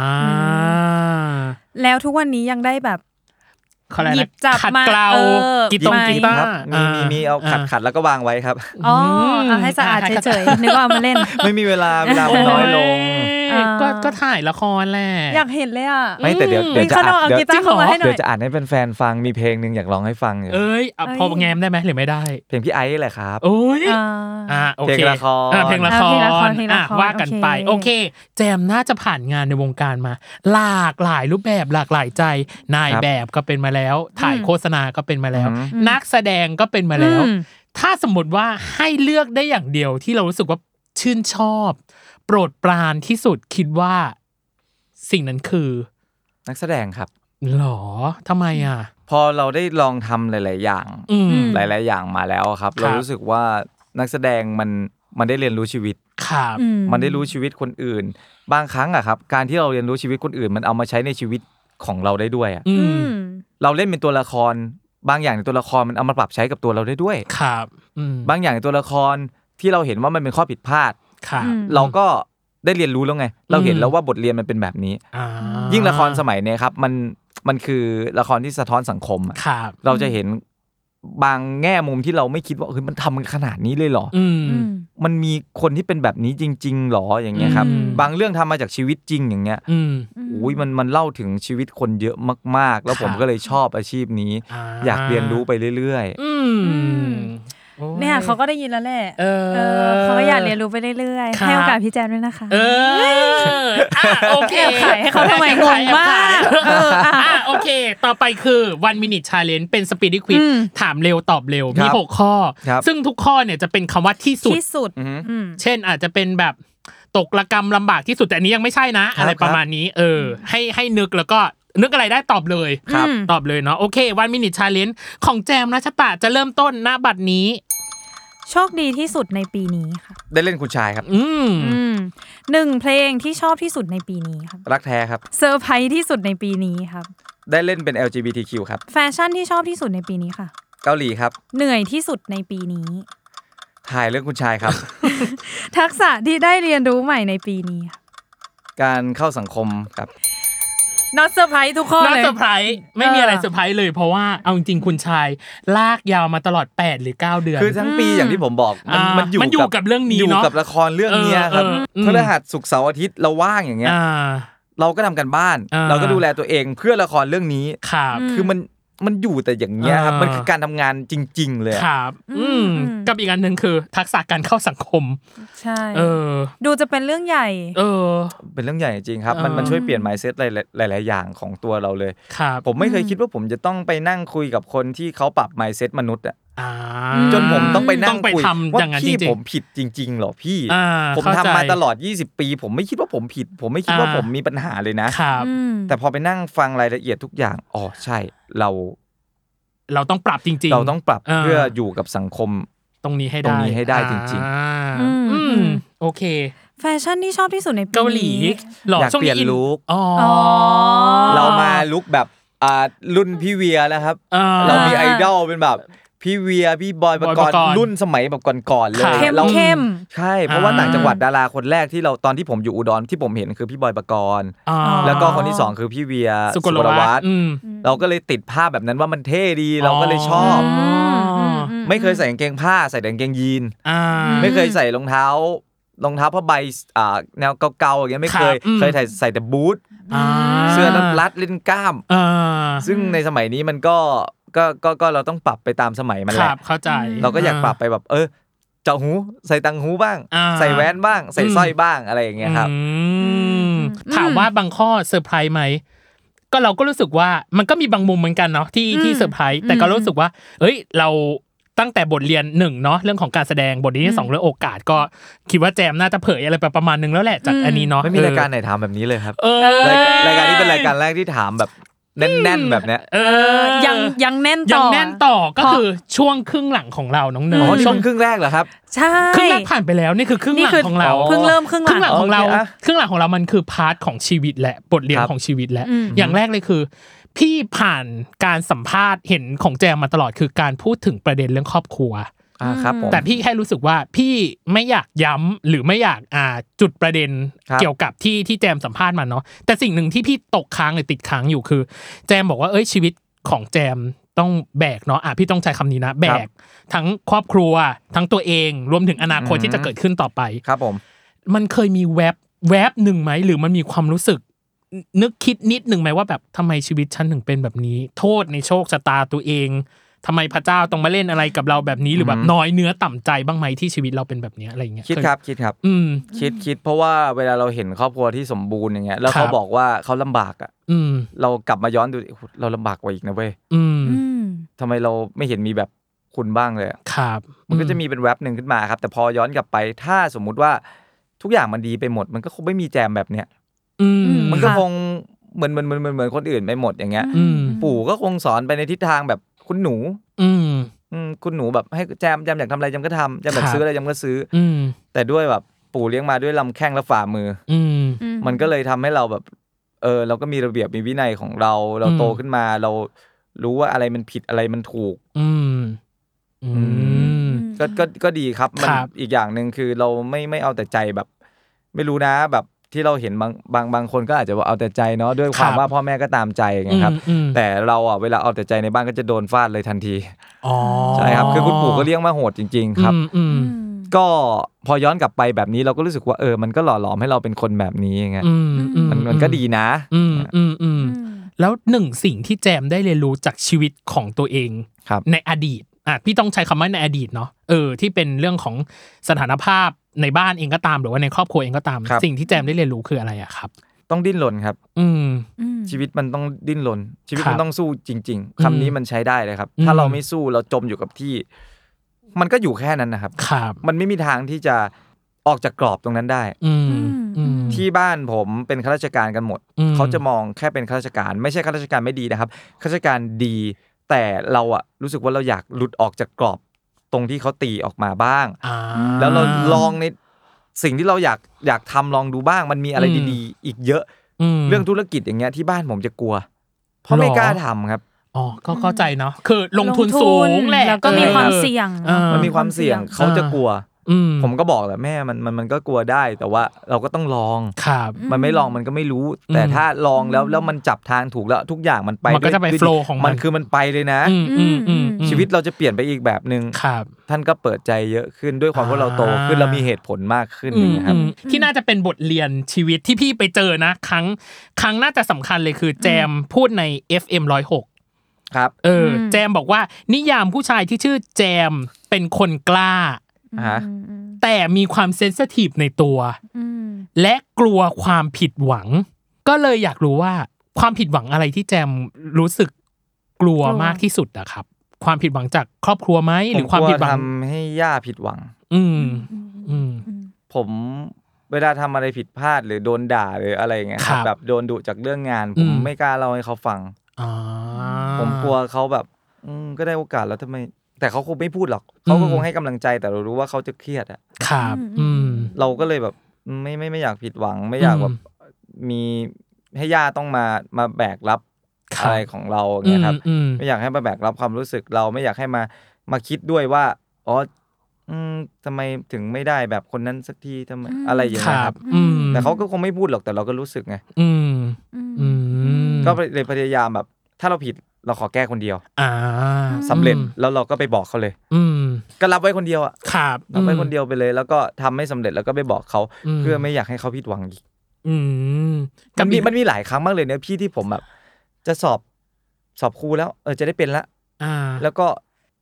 แล้วทุกวันนี้ยังได้แบบหยิบจับมากีตาร์กีตาร์มีมีมีเอาขัดขัดแล้วก็วางไว้ครับอ๋อเอาให้สะอาดเฉยๆนึกว่ามาเล่นไม่มีเวลาเวลามันน้อยลงก็ก็ถ่ายละครแหละอยากเห็นเลยอ่ะไม่แต่เดี๋ยวเดี๋ยวจะอ่านเดี๋ยวเดี๋ยวจะอ่านให้แฟนๆฟังมีเพลงนึงอยากร้องให้ฟังเอ้ยพอแง้มได้ไหมหรือไม่ได้เพลงพี่ไอซ์แหละครับโอ้ยอ่าโอเคเพลงละครเพลงละครอ่ะว่ากันไปโอเคแจมน่าจะผ่านงานในวงการมาหลากหลายรูปแบบหลากหลายใจนายแบบก็เป็นมาแล้วถ่ายโฆษณาก็เป็นมาแล้วนักแสดงก็เป็นมาแล้วถ้าสมมติว่าให้เลือกได้อย่างเดียวที่เรารู้สึกว่าชื่นชอบโปรดปรานที่สุดคิดว่าสิ่งนั้นคือนักแสดงครับหรอทำไมอ่ะพอเราได้ลองทำหลายๆอย่างหลายๆอย่างมาแล้วครับเรารู้สึกว่านักแสดงมันมันได้เรียนรู้ชีวิตครับมันได้รู้ชีวิตคนอื่นบางครั้งอะครับการที่เราเรียนรู้ชีวิตคนอื่นมันเอามาใช้ในชีวิตของเราได้ด้วยอ่ะเราเล่นเป็นตัวละครบางอย่างในตัวละครมันเอามาปรับใช้กับตัวเราได้ด้วยครับบางอย่างในตัวละครที่เราเห็นว่ามันเป็นข้อผิดพลาดเราก็ได้เรียนรู้แล้วไงเราเห็นแล้วว่าบทเรียนมันเป็นแบบนี้ยิ่งละครสมัยนี้ครับมันมันคือละครที่สะท้อนสังคมเราจะเห็นบางแง่มุมที่เราไม่คิดว่าเฮ้ยมันทำกันขนาดนี้เลยเหรอมันมีคนที่เป็นแบบนี้จริงๆหรออย่างเงี้ยครับบางเรื่องทำมาจากชีวิตจริงอย่างเงี้ยอุ้ยมันมันเล่าถึงชีวิตคนเยอะมากๆแล้วผมก็เลยชอบอาชีพนี้อยากเรียนรู้ไปเรื่อยๆเนี่ยเขาก็ได้ยินแล้วแหละเขาก็อยากเรียนรู้ไปเรื่อยๆให้โอกาสพี่แจมด้วยนะคะเออโอเคขายให้เขาทำไมงงมากอ่ะโอเคต่อไปคือ one minute challenge เป็น speed quiz ถามเร็วตอบเร็วมีหกข้อซึ่งทุกข้อเนี่ยจะเป็นคำว่าที่สุดที่สุดเช่นอาจจะเป็นแบบตกระกำลำบากที่สุดแต่อันนี้ยังไม่ใช่นะอะไรประมาณนี้เออให้ให้นึกแล้วก็นึกอะไรได้ตอบเลยตอบเลยเนาะโอเค one minute challenge ของแจมรัชตะจะเริ่มต้นณบัดนี้โชคดีที่สุดในปีนี้ค่ะได้เล่นคุณชายครับอืมหนึ่งเพลงที่ชอบที่สุดในปีนี้ครับรักแท้ครับเซอร์ไพรส์ที่สุดในปีนี้ครับได้เล่นเป็น แอล จี บี ที คิว ครับแฟชั่นที่ชอบที่สุดในปีนี้ค่ะเกาหลีครับเหนื่อยที่สุดในปีนี้ถ่ายเรื่องคุณชายครับทักษะที่ได้เรียนรู้ใหม่ในปีนี้การเข้าสังคมครับ not surprise ทุกข้อเลย not surprise ไม่มีอะไรเซอร์ไพรส์เลยเพราะว่าเอาจริงๆคุณชายลากยาวมาตลอดแปดหรือเก้าเดือนคือทั้งปีอย่างที่ผมบอกมันมันอยู่กับเรื่องนี้เนาะอยู่กับละครเรื่องนี้ครับพฤหัสศุกร์เสาร์อาทิตย์เราว่างอย่างเงี้ยเราก็ทำกันบ้านเราก็ดูแลตัวเองเพื่อละครเรื่องนี้คือมันมันอยู่แต่อย่างเงี้ยครับมันคือการทำงานจริงๆเลยครับอืมกับอีกอันนึงคือทักษะการเข้าสังคมใช่เออดูจะเป็นเรื่องใหญ่เออเป็นเรื่องใหญ่จริงครับมันมันช่วยเปลี่ยน mindset หลายๆอย่างของตัวเราเลยผมไม่เคยคิดว่าผมจะต้องไปนั่งคุยกับคนที่เขาปรับ mindset มนุษย์อ่ะจนผมต้องไปนั่งคุยว่าพี่ผมผิดจริงๆหรอพี่ผมทำมาตลอดยี่สิบปีผมไม่คิดว่าผมผิดผมไม่คิดว่าผมมีปัญหาเลยนะแต่พอไปนั่งฟังรายละเอียดทุกอย่างอ๋อใช่เราเราต้องปรับจริงๆเราต้องปรับเพื่ออยู่กับสังคมตรงนี้ให้ได้ตรงนี้ให้ได้จริงๆอืมโอเคแฟชั่นที่ชอบที่สุดในปีนี้เกาหลีอยากเปลี่ยนลุคเรามาลุคแบบอ่ารุ่นพี่เวียแล้วครับเรามีไอดอลเป็นแบบพี่เวียพี่บอยปกรณ์รุ่นสมัยแบบก่อนๆเลยเราเข้มใช่เพราะว่าต่างจังหวัดดาราคนแรกที่เราตอนที่ผมอยู่อุดรที่ผมเห็นคือพี่บอยปกรณ์แล้วก็คนที่สองคือพี่เวียสุกลวัฒน์เราก็เลยติดภาพแบบนั้นว่ามันเท่ดีเราก็เลยชอบไม่เคยใส่กางเกงผ้าใส่แต่กางเกงยีนไม่เคยใส่รองเท้ารองเท้าผ้าใบอ่าแนวเก่าๆอย่างเงี้ยไม่เคยเคยใส่ใส่แต่บูทเสื้อรัดเล่นกล้ามซึ่งในสมัยนี้มันก็ก็ก็ก็เราต้องปรับไปตามสมัยมันแหละเข้าใจเราก็อยากปรับไปแบบเออเจาะหูใส่ตังหูบ้างใส่แหวนบ้างใส่สร้อยบ้างอะไรอย่างเงี้ยครับถามว่าบางข้อเซอร์ไพรส์ไหมก็เราก็รู้สึกว่ามันก็มีบางมุมเหมือนกันเนาะที่ที่เซอร์ไพรส์แต่ก็รู้สึกว่าเอ้ยเราตั้งแต่บทเรียนหนึ่งเนาะเรื่องของการแสดงบทเรียนที่สองเรื่องโอกาสก็คิดว่าแจมน่าจะเผยอะไรไปประมาณนึงแล้วแหละจากอันนี้เนาะไม่มีรายการไหนถามแบบนี้เลยครับรายการนี้เป็นรายการแรกที่ถามแบบแน่นๆแบบเนี้ยเออยังยังแน่นต่อยังแน่นต่อก็คือช่วงครึ่งหลังของเราน้องเนยอ๋อช่วงครึ่งแรกเหรอครับใช่ครึ่งแรกผ่านไปแล้วนี่คือครึ่งหลังของเราเพิ่งเริ่มครึ่งหลังของเราครึ่งหลังของเรามันคือพาร์ทของชีวิตและบทเรียนของชีวิตและอย่างแรกเลยคือพี่ผ่านการสัมภาษณ์เห็นของแจมมาตลอดคือการพูดถึงประเด็นเรื่องครอบครัวอ่าครับผมแต่พี่แค่รู้สึกว่าพี่ไม่อยากย้ำหรือไม่อยากอ่าจุดประเด็นเกี่ยวกับที่ที่แจมสัมภาษณ์มาเนาะแต่สิ่งหนึ่งที่พี่ตกค้างหรือติดค้างอยู่คือแจมบอกว่าเอ้ยชีวิตของแจมต้องแบกเนาะอ่ะพี่ต้องใช้คำนี้นะแบกทั้งครอบครัวทั้งตัวเองรวมถึงอนาคตที่จะเกิดขึ้นต่อไปครับผมมันเคยมีแวบแวบหนึ่งไหมหรือมันมีความรู้สึกนึกคิดนิดหนึ่งไหมว่าแบบทำไมชีวิตฉันถึงเป็นแบบนี้โทษในโชคชะตาตัวเองทำไมพระเจ้าต้องมาเล่นอะไรกับเราแบบนี้หรือแบบน้อยเนื้อต่ำใจบ้างไหมที่ชีวิตเราเป็นแบบนี้อะไรอย่างเงี้ยคิดครับคิดครับอืมคิดคิดเพราะว่าเวลาเราเห็นครอบครัวที่สมบูรณ์อย่างเงี้ยแล้วเขาบอกว่าเขาลำบากอ่ะเรากลับมาย้อนดูเราลำบากกว่าอีกนะเว้ยทำไมเราไม่เห็นมีแบบคุณบ้างเลยครับมันก็จะมีเป็นแว็บนึงขึ้นมาครับแต่พอย้อนกลับไปถ้าสมมุติว่าทุกอย่างมันดีไปหมดมันก็คงไม่มีแจมแบบเนี้ยมันก็คงเหมือนเหมือนเหมือนเหมือนคนอื่นไปหมดอย่างเงี้ยปู่ก็คงสอนไปในทิศทางแบบคุณหนูอืมอืมคุณหนูแบบให้แจมแจมอยากทำอะไรแจมก็ทำแจมอยากซื้ออะไรแจมก็ซื้ออืมแต่ด้วยแบบปู่เลี้ยงมาด้วยลำแข้งและฝ่ามืออืมมันก็เลยทำให้เราแบบเออเราก็มีระเบียบมีวินัยของเราเราโตขึ้นมาเรารู้ว่าอะไรมันผิดอะไรมันถูกอืมอืมก็ก็ก็ดีครับมันอีกอย่างนึงคือเราไม่ไม่เอาแต่ใจแบบไม่รู้นะแบบที่เราเห็นบางบางบางคนก็อาจจะเอาแต่ใจเนาะด้วยความว่าพ่อแม่ก็ตามใจไงครับแต่เราอ่ะเวลาเอาแต่ใจในบ้านก็จะโดนฟาดเลยทันทีอ๋อใช่ครับคือคุณปู่ก็เลี้ยงมาโหดจริงๆครับก็พอย้อนกลับไปแบบนี้เราก็รู้สึกว่าเออมันก็หล่อหลอมให้เราเป็นคนแบบนี้ไงมันมันก็ดีนะอืมอืมอืมแล้วหนึ่งสิ่งที่แจมได้เรียนรู้จากชีวิตของตัวเองในอดีตอ่ะพี่ต้องใช้คำว่าในอดีตเนาะเออที่เป็นเรื่องของสถานภาพในบ้านเองก็ตามหรือว่าในครอบครัวเองก็ตามสิ่งที่แจมได้เรียนรู้คืออะไรอะครับต้องดิ้นรนครับอืมชีวิตมันต้องดิ้นรนชีวิตมันต้องสู้จริงๆคำนี้มันใช้ได้เลยครับถ้าเราไม่สู้เราจมอยู่กับที่มันก็อยู่แค่นั้นนะครับมันไม่มีทางที่จะออกจากกรอบตรงนั้นได้ที่บ้านผมเป็นข้าราชการกันหมดเขาจะมองแค่เป็นข้าราชการไม่ใช่ข้าราชการไม่ดีนะครับข้าราชการดีแต่เราอะรู้สึกว่าเราอยากหลุดออกจากกรอบตรงที่เขาตีออกมาบ้างแล้วเราลองในสิ่งที่เราอยากอยากทำลองดูบ้างมันมีอะไรดีๆอีกเยอะเรื่องธุรกิจอย่างเงี้ยที่บ้านผมจะกลัวเพราะไม่กล้าทำครับอ๋อก็เข้าใจเนาะคือลงทุนสูงแหละแล้วก็มีความเสี่ยงมันมีความเสี่ยงเขาจะกลัวผมก็บอกแหละแม่มันมันมันก็กลัวได้แต่ว่าเราก็ต้องลองมันไม่ลองมันก็ไม่รู้แต่ถ้าลองแล้วแล้วมันจับทางถูกแล้วทุกอย่างมันไปมันก็จะไปโฟลว์ของมันคือมันไปเลยนะชีวิตเราจะเปลี่ยนไปอีกแบบนึงท่านก็เปิดใจเยอะขึ้นด้วยความว่าเราโตขึ้นเรามีเหตุผลมากขึ้นนะครับที่น่าจะเป็นบทเรียนชีวิตที่พี่ไปเจอนะครั้งครั้งน่าจะสำคัญเลยคือแจมพูดใน เอฟ เอ็ม หนึ่งศูนย์หกครับเออแจมบอกว่านิยามผู้ชายที่ชื่อแจมเป็นคนกล้าแต่มีความเซนซิทีฟในตัวและกลัวความผิดหวังก็เลยอยากรู้ว่าความผิดหวังอะไรที่แจมรู้สึกกลัวมากที่สุดอะครับความผิดหวังจากครอบครัวไหมหรือความผิดหวังทำให้ย่าผิดหวังอืมอืมผมเวลาทำอะไรผิดพลาดหรือโดนด่าหรืออะไรเงี้ยแบบโดนดุจากเรื่องงานผมไม่กล้าเล่าให้เขาฟังผมกลัวเขาแบบก็ได้โอกาสแล้วทำไมแต่เขาคงไม่พูดหรอกเขาก็คงให้กำลังใจแต่เรารู้ว่าเขาจะเครียดอ่ะครับอืมเราก็เลยแบบไม่ไม่ไม่อยากผิดหวังไม่อยากแบบมีให้ย่าต้องมามาแบกรับอะไรของเราเงี้ยครับไม่อยากให้มาแบกรับความรู้สึกเราไม่อยากให้มามาคิดด้วยว่าอ๋ออืมทำไมถึงไม่ได้แบบคนนั้นสักทีทำไมอะไรอย่างเงี้ยครับแต่เขาก็คงไม่พูดหรอกแต่เราก็รู้สึกไงก็เลยพยายามแบบถ้าเราผิดเราขอแก้คนเดียวอ่าสำเร็จแล้วเราก็ไปบอกเขาเลยอืมก็รับไว้คนเดียวอ่ะครับรับไว้คนเดียวไปเลยแล้วก็ทำให้สำเร็จแล้วก็ไปบอกเขาเพื่อไม่อยากให้เขาผิดหวังอีกอืมมันมีมันมีหลายครั้งมากเลยเนี่ยพี่ที่ผมแบบจะสอบสอบครูแล้วเออจะได้เป็นละอ่าแล้วก็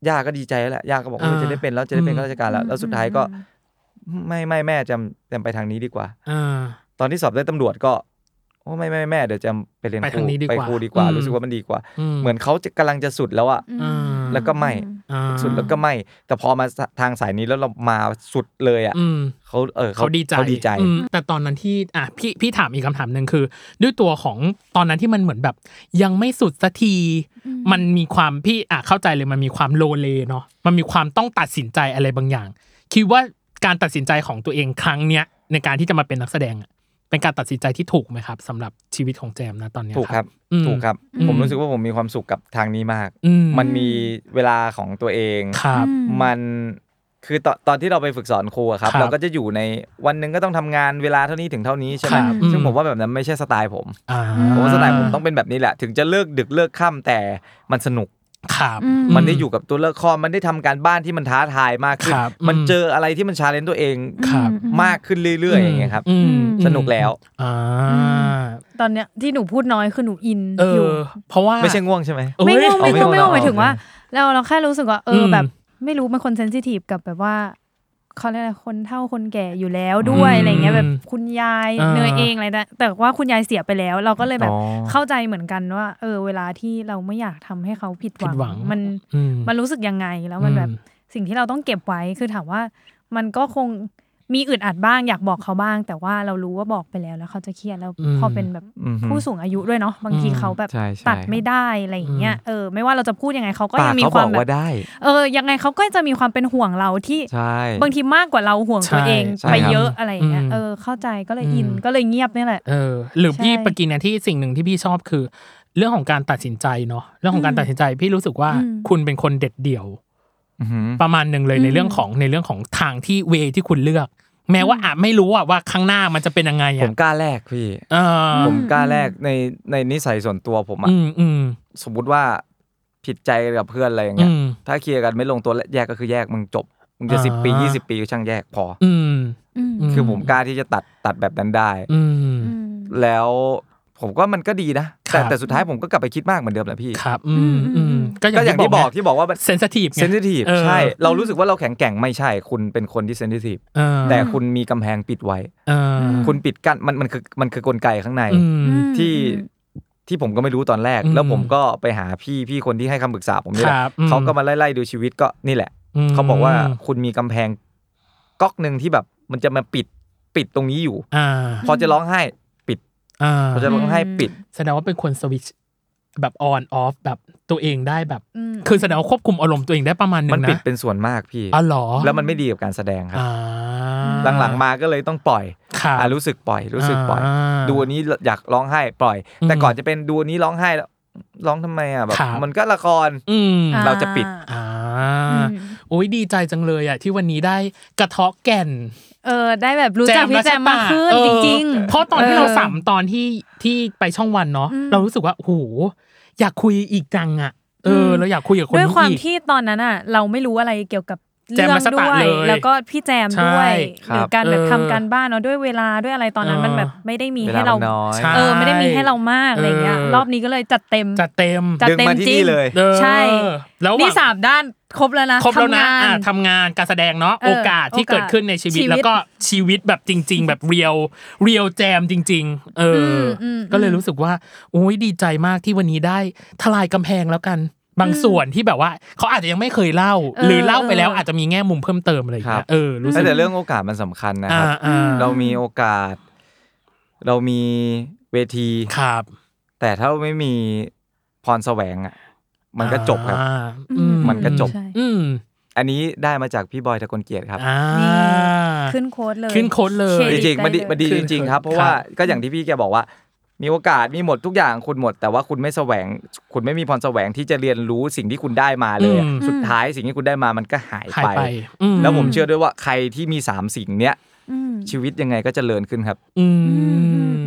ย่าก็ดีใจแล้วแหละย่าก็บอกว่าจะได้เป็นแล้วจะได้เป็นข้าราชการแล้วแล้วสุดท้ายก็ไม่ไม่แม่จำจำไปทางนี้ดีกว่าตอนที่สอบได้ตำรวจก็โอ้ไม่ไม่แม่เดี๋ยวจะไปเรียนครูไปครูดีกว่ารู้สึกว่ามันดีกว่าเหมือนเขาจะกำลังจะสุดแล้วอะแล้วก็ไม่สุดแล้วก็ไม่แต่พอมาทางสายนี้แล้วเรามาสุดเลยอะเขาเออเขาดีใจเขาดีใจแต่ตอนนั้นที่อ่ะพี่พี่ถามอีกคำถามนึงคือด้วยตัวของตอนนั้นที่มันเหมือนแบบยังไม่สุดสักทีมันมีความพี่อ่ะเข้าใจเลยมันมีความโลเลเนาะมันมีความต้องตัดสินใจอะไรบางอย่างคิดว่าการตัดสินใจของตัวเองครั้งเนี้ยในการที่จะมาเป็นนักแสดงเป็นการตัดสินใจที่ถูกไหมครับสำหรับชีวิตของแจมนะตอนนี้ถูกครับถูกครับผมรู้สึกว่าผมมีความสุขกับทางนี้มากมันมีเวลาของตัวเองมันคือตอนตอนที่เราไปฝึกสอนครูครับเราก็จะอยู่ในวันนึงก็ต้องทำงานเวลาเท่านี้ถึงเท่านี้ใช่ไหมซึ่งผมว่าแบบนั้นไม่ใช่สไตล์ผมผมว่าสไตล์ผมต้องเป็นแบบนี้แหละถึงจะเลิกดึกเลิกค่ำแต่มันสนุกครับมันได้อยู่กับตัวละครมันได้ทำการบ้านที่มันท้าทายมากขึ้นมันเจออะไรที่มันชาเลนจ์ตัวเองมากขึ้นเรื่อยๆอย่างเงี้ยครับสนุกแล้วตอนเนี้ยที่หนูพูดน้อยคือหนูอินอยู่เพราะว่าไม่ใช่ง่วงใช่ไหมไม่ง่วงไม่ง่วงไม่ง่วงหมายถึงว่าเราเราแค่รู้สึกว่าเออแบบไม่รู้เป็นคนเซนซิทีฟกับแบบว่าเขาเรียกอะไรคนเฒ่าคนแก่อยู่แล้วด้วยอะไรเงี้ยแบบคุณยายเนยเองอะไรแต่แต่ว่าคุณยายเสียไปแล้วเราก็เลยแบบเข้าใจเหมือนกันว่าเออเวลาที่เราไม่อยากทำให้เขาผิดหวังมันมันรู้สึกยังไงแล้วมันแบบสิ่งที่เราต้องเก็บไว้คือถามว่ามันก็คงมีอึดอัดบ้างอยากบอกเขาบ้างแต่ว่าเรารู้ว่าบอกไปแล้วแล้วเขาจะเครียดแล้วพอเป็นแบบผู้สูงอายุด้วยเนาะบางทีเขาแบบตัดไม่ได้อะไรอย่างเงี้ยเออไม่ว่าเราจะพูดยังไงเขาก็ยังมีความแบบเออยังไงเขาก็จะมีความเป็นห่วงเราที่บางทีมากกว่าเราห่วงตัวเองไปเยอะอะไรอย่างเงี้ยเออเข้าใจก็เลยอินก็เลยเงียบนี่แหละเออหรือพี่ปกินเนี่ยที่สิ่งหนึ่งที่พี่ชอบคือเรื่องของการตัดสินใจเนาะเรื่องของการตัดสินใจพี่รู้สึกว่าคุณเป็นคนเด็ดเดี่ยวประมาณนึงเลยในเรื่องของในเรื่องของทางที่เวที่คุณเลือกแม้ว่าอาจไม่รู้อะว่าข้างหน้ามันจะเป็นยังไงอะผมกล้าแลกพี่ผมกล้าแลกในในนิสัยส่วนตัวผมอะสมมุติว่าผิดใจกับเพื่อนอะไรอย่างเงี้ยถ้าเคลียร์กันไม่ลงตัวแยกก็คือแยกมึงจบมึงจะสิบปียี่สิบปีก็ช่างแยกพอคือผมกล้าที่จะตัดตัดแบบนั้นได้แล้วผมก็มันก็ดีนะแต่แต่สุดท้ายผมก็กลับไปคิดมากเหมือนเดิมแหละพี่ครับก็อย่างที่บอกที่บอกว่าเซนซิทีฟเซนซิทีฟใช่เรารู้สึกว่าเราแข็งแกร่งไม่ใช่คุณเป็นคนที่เซนซิทีฟแต่คุณมีกำแพงปิดไว้คุณปิดกั้นมันมันคือมันคือกลไกข้างในที่ที่ผมก็ไม่รู้ตอนแรกแล้วผมก็ไปหาพี่พี่คนที่ให้คำปรึกษาผมนี่แหละเขาก็มาไล่ๆดูชีวิตก็นี่แหละเขาบอกว่าคุณมีกำแพงก๊อกนึงที่แบบมันจะมาปิดปิดตรงนี้อยู่พอจะร้องไห้เขาจะต้องให้ปิดแสดงว่าเป็นคนสวิตช์แบบออนออฟแบบตัวเองได้แบบคือแสดงว่าควบคุมอารมณ์ตัวเองได้ประมาณนึงนะมันปิดเป็นส่วนมากพี่อ๋อเหรอแล้วมันไม่ดีกับการแสดงครับหลังๆมาก็เลยต้องปล่อยอ่ะรู้สึกปล่อยรู้สึกปล่อยดูอันนี้อยากร้องไห้ปล่อยแต่ก่อนจะเป็นดูอันนี้ร้องไห้แล้วร้องทำไมอ่ะแบบมันก็ละครเราจะปิดอ่าโอ้ยดีใจจังเลยอ่ะที่วันนี้ได้กระเทาะแก่นเออได้แบบรู้จักพี่แจมมากขึ้นจริงๆเพราะตอนที่เราสัมตอนที่ที่ไปช่องวันเนาะเรารู้สึกว่าโอ้โหอยากคุยอีกจังอ่ะเออเราอยากคุยกับคนนี้อีกด้วยความที่ตอนนั้นอ่ะเราไม่รู้อะไรเกี่ยวกับเรื่องด้วยแล้วก็พี่แจมด้วยหรือการแบบทำการบ้านเนาะด้วยเวลาด้วยอะไรตอนนั้นมันแบบไม่ได้มีให้เราเออไม่ได้มีให้เรามากอะไรเงี้ยรอบนี้ก็เลยจัดเต็มจัดเต็มจัดเต็มจริงใช่แล้วนี่สามด้านครบแล้วนะครบแล้วนะทำงานการแสดงเนาะโอกาสที่เกิดขึ้นในชีวิตแล้วก็ชีวิตแบบจริงๆแบบเรียลเรียลแจมจริงๆเออก็เลยรู้สึกว่าโอ้ยดีใจมากที่วันนี้ได้ทลายกำแพงแล้วกันบางส่วนที่แบบว่าเขาอาจจะยังไม่เคยเล่าหรือเล่าไปแล้วอาจจะมีแง่มุมเพิ่มเติมอะไรอย่างเงี้ยเออรู้สึกแต่เรื่องโอกาสมันสำคัญนะครับเรามีโอกาสเรามีเวทีครับแต่ถ้าไม่มีพรแสวงอ่ะมันก็จบครับมันก็จบอันนี้ได้มาจากพี่บอยตะกลเกียรติครับขึ้นโค้ดเลยขึ้นโค้ดเลยจริงๆมันดีมันดีจริงๆครับเพราะว่าก็อย่างที่พี่แกบอกว่ามีโอกาสมีหมดทุกอย่างคุณหมดแต่ว่าคุณไม่แสวงคุณไม่มีพรแสวงที่จะเรียนรู้สิ่งที่คุณได้มาเลยสุดท้ายสิ่งที่คุณได้มามันก็หายไปแล้วผมเชื่อด้วยว่าใครที่มีสามสิ่งเนี้ยชีวิตยังไงก็เจริญขึ้นครับอืมโอ้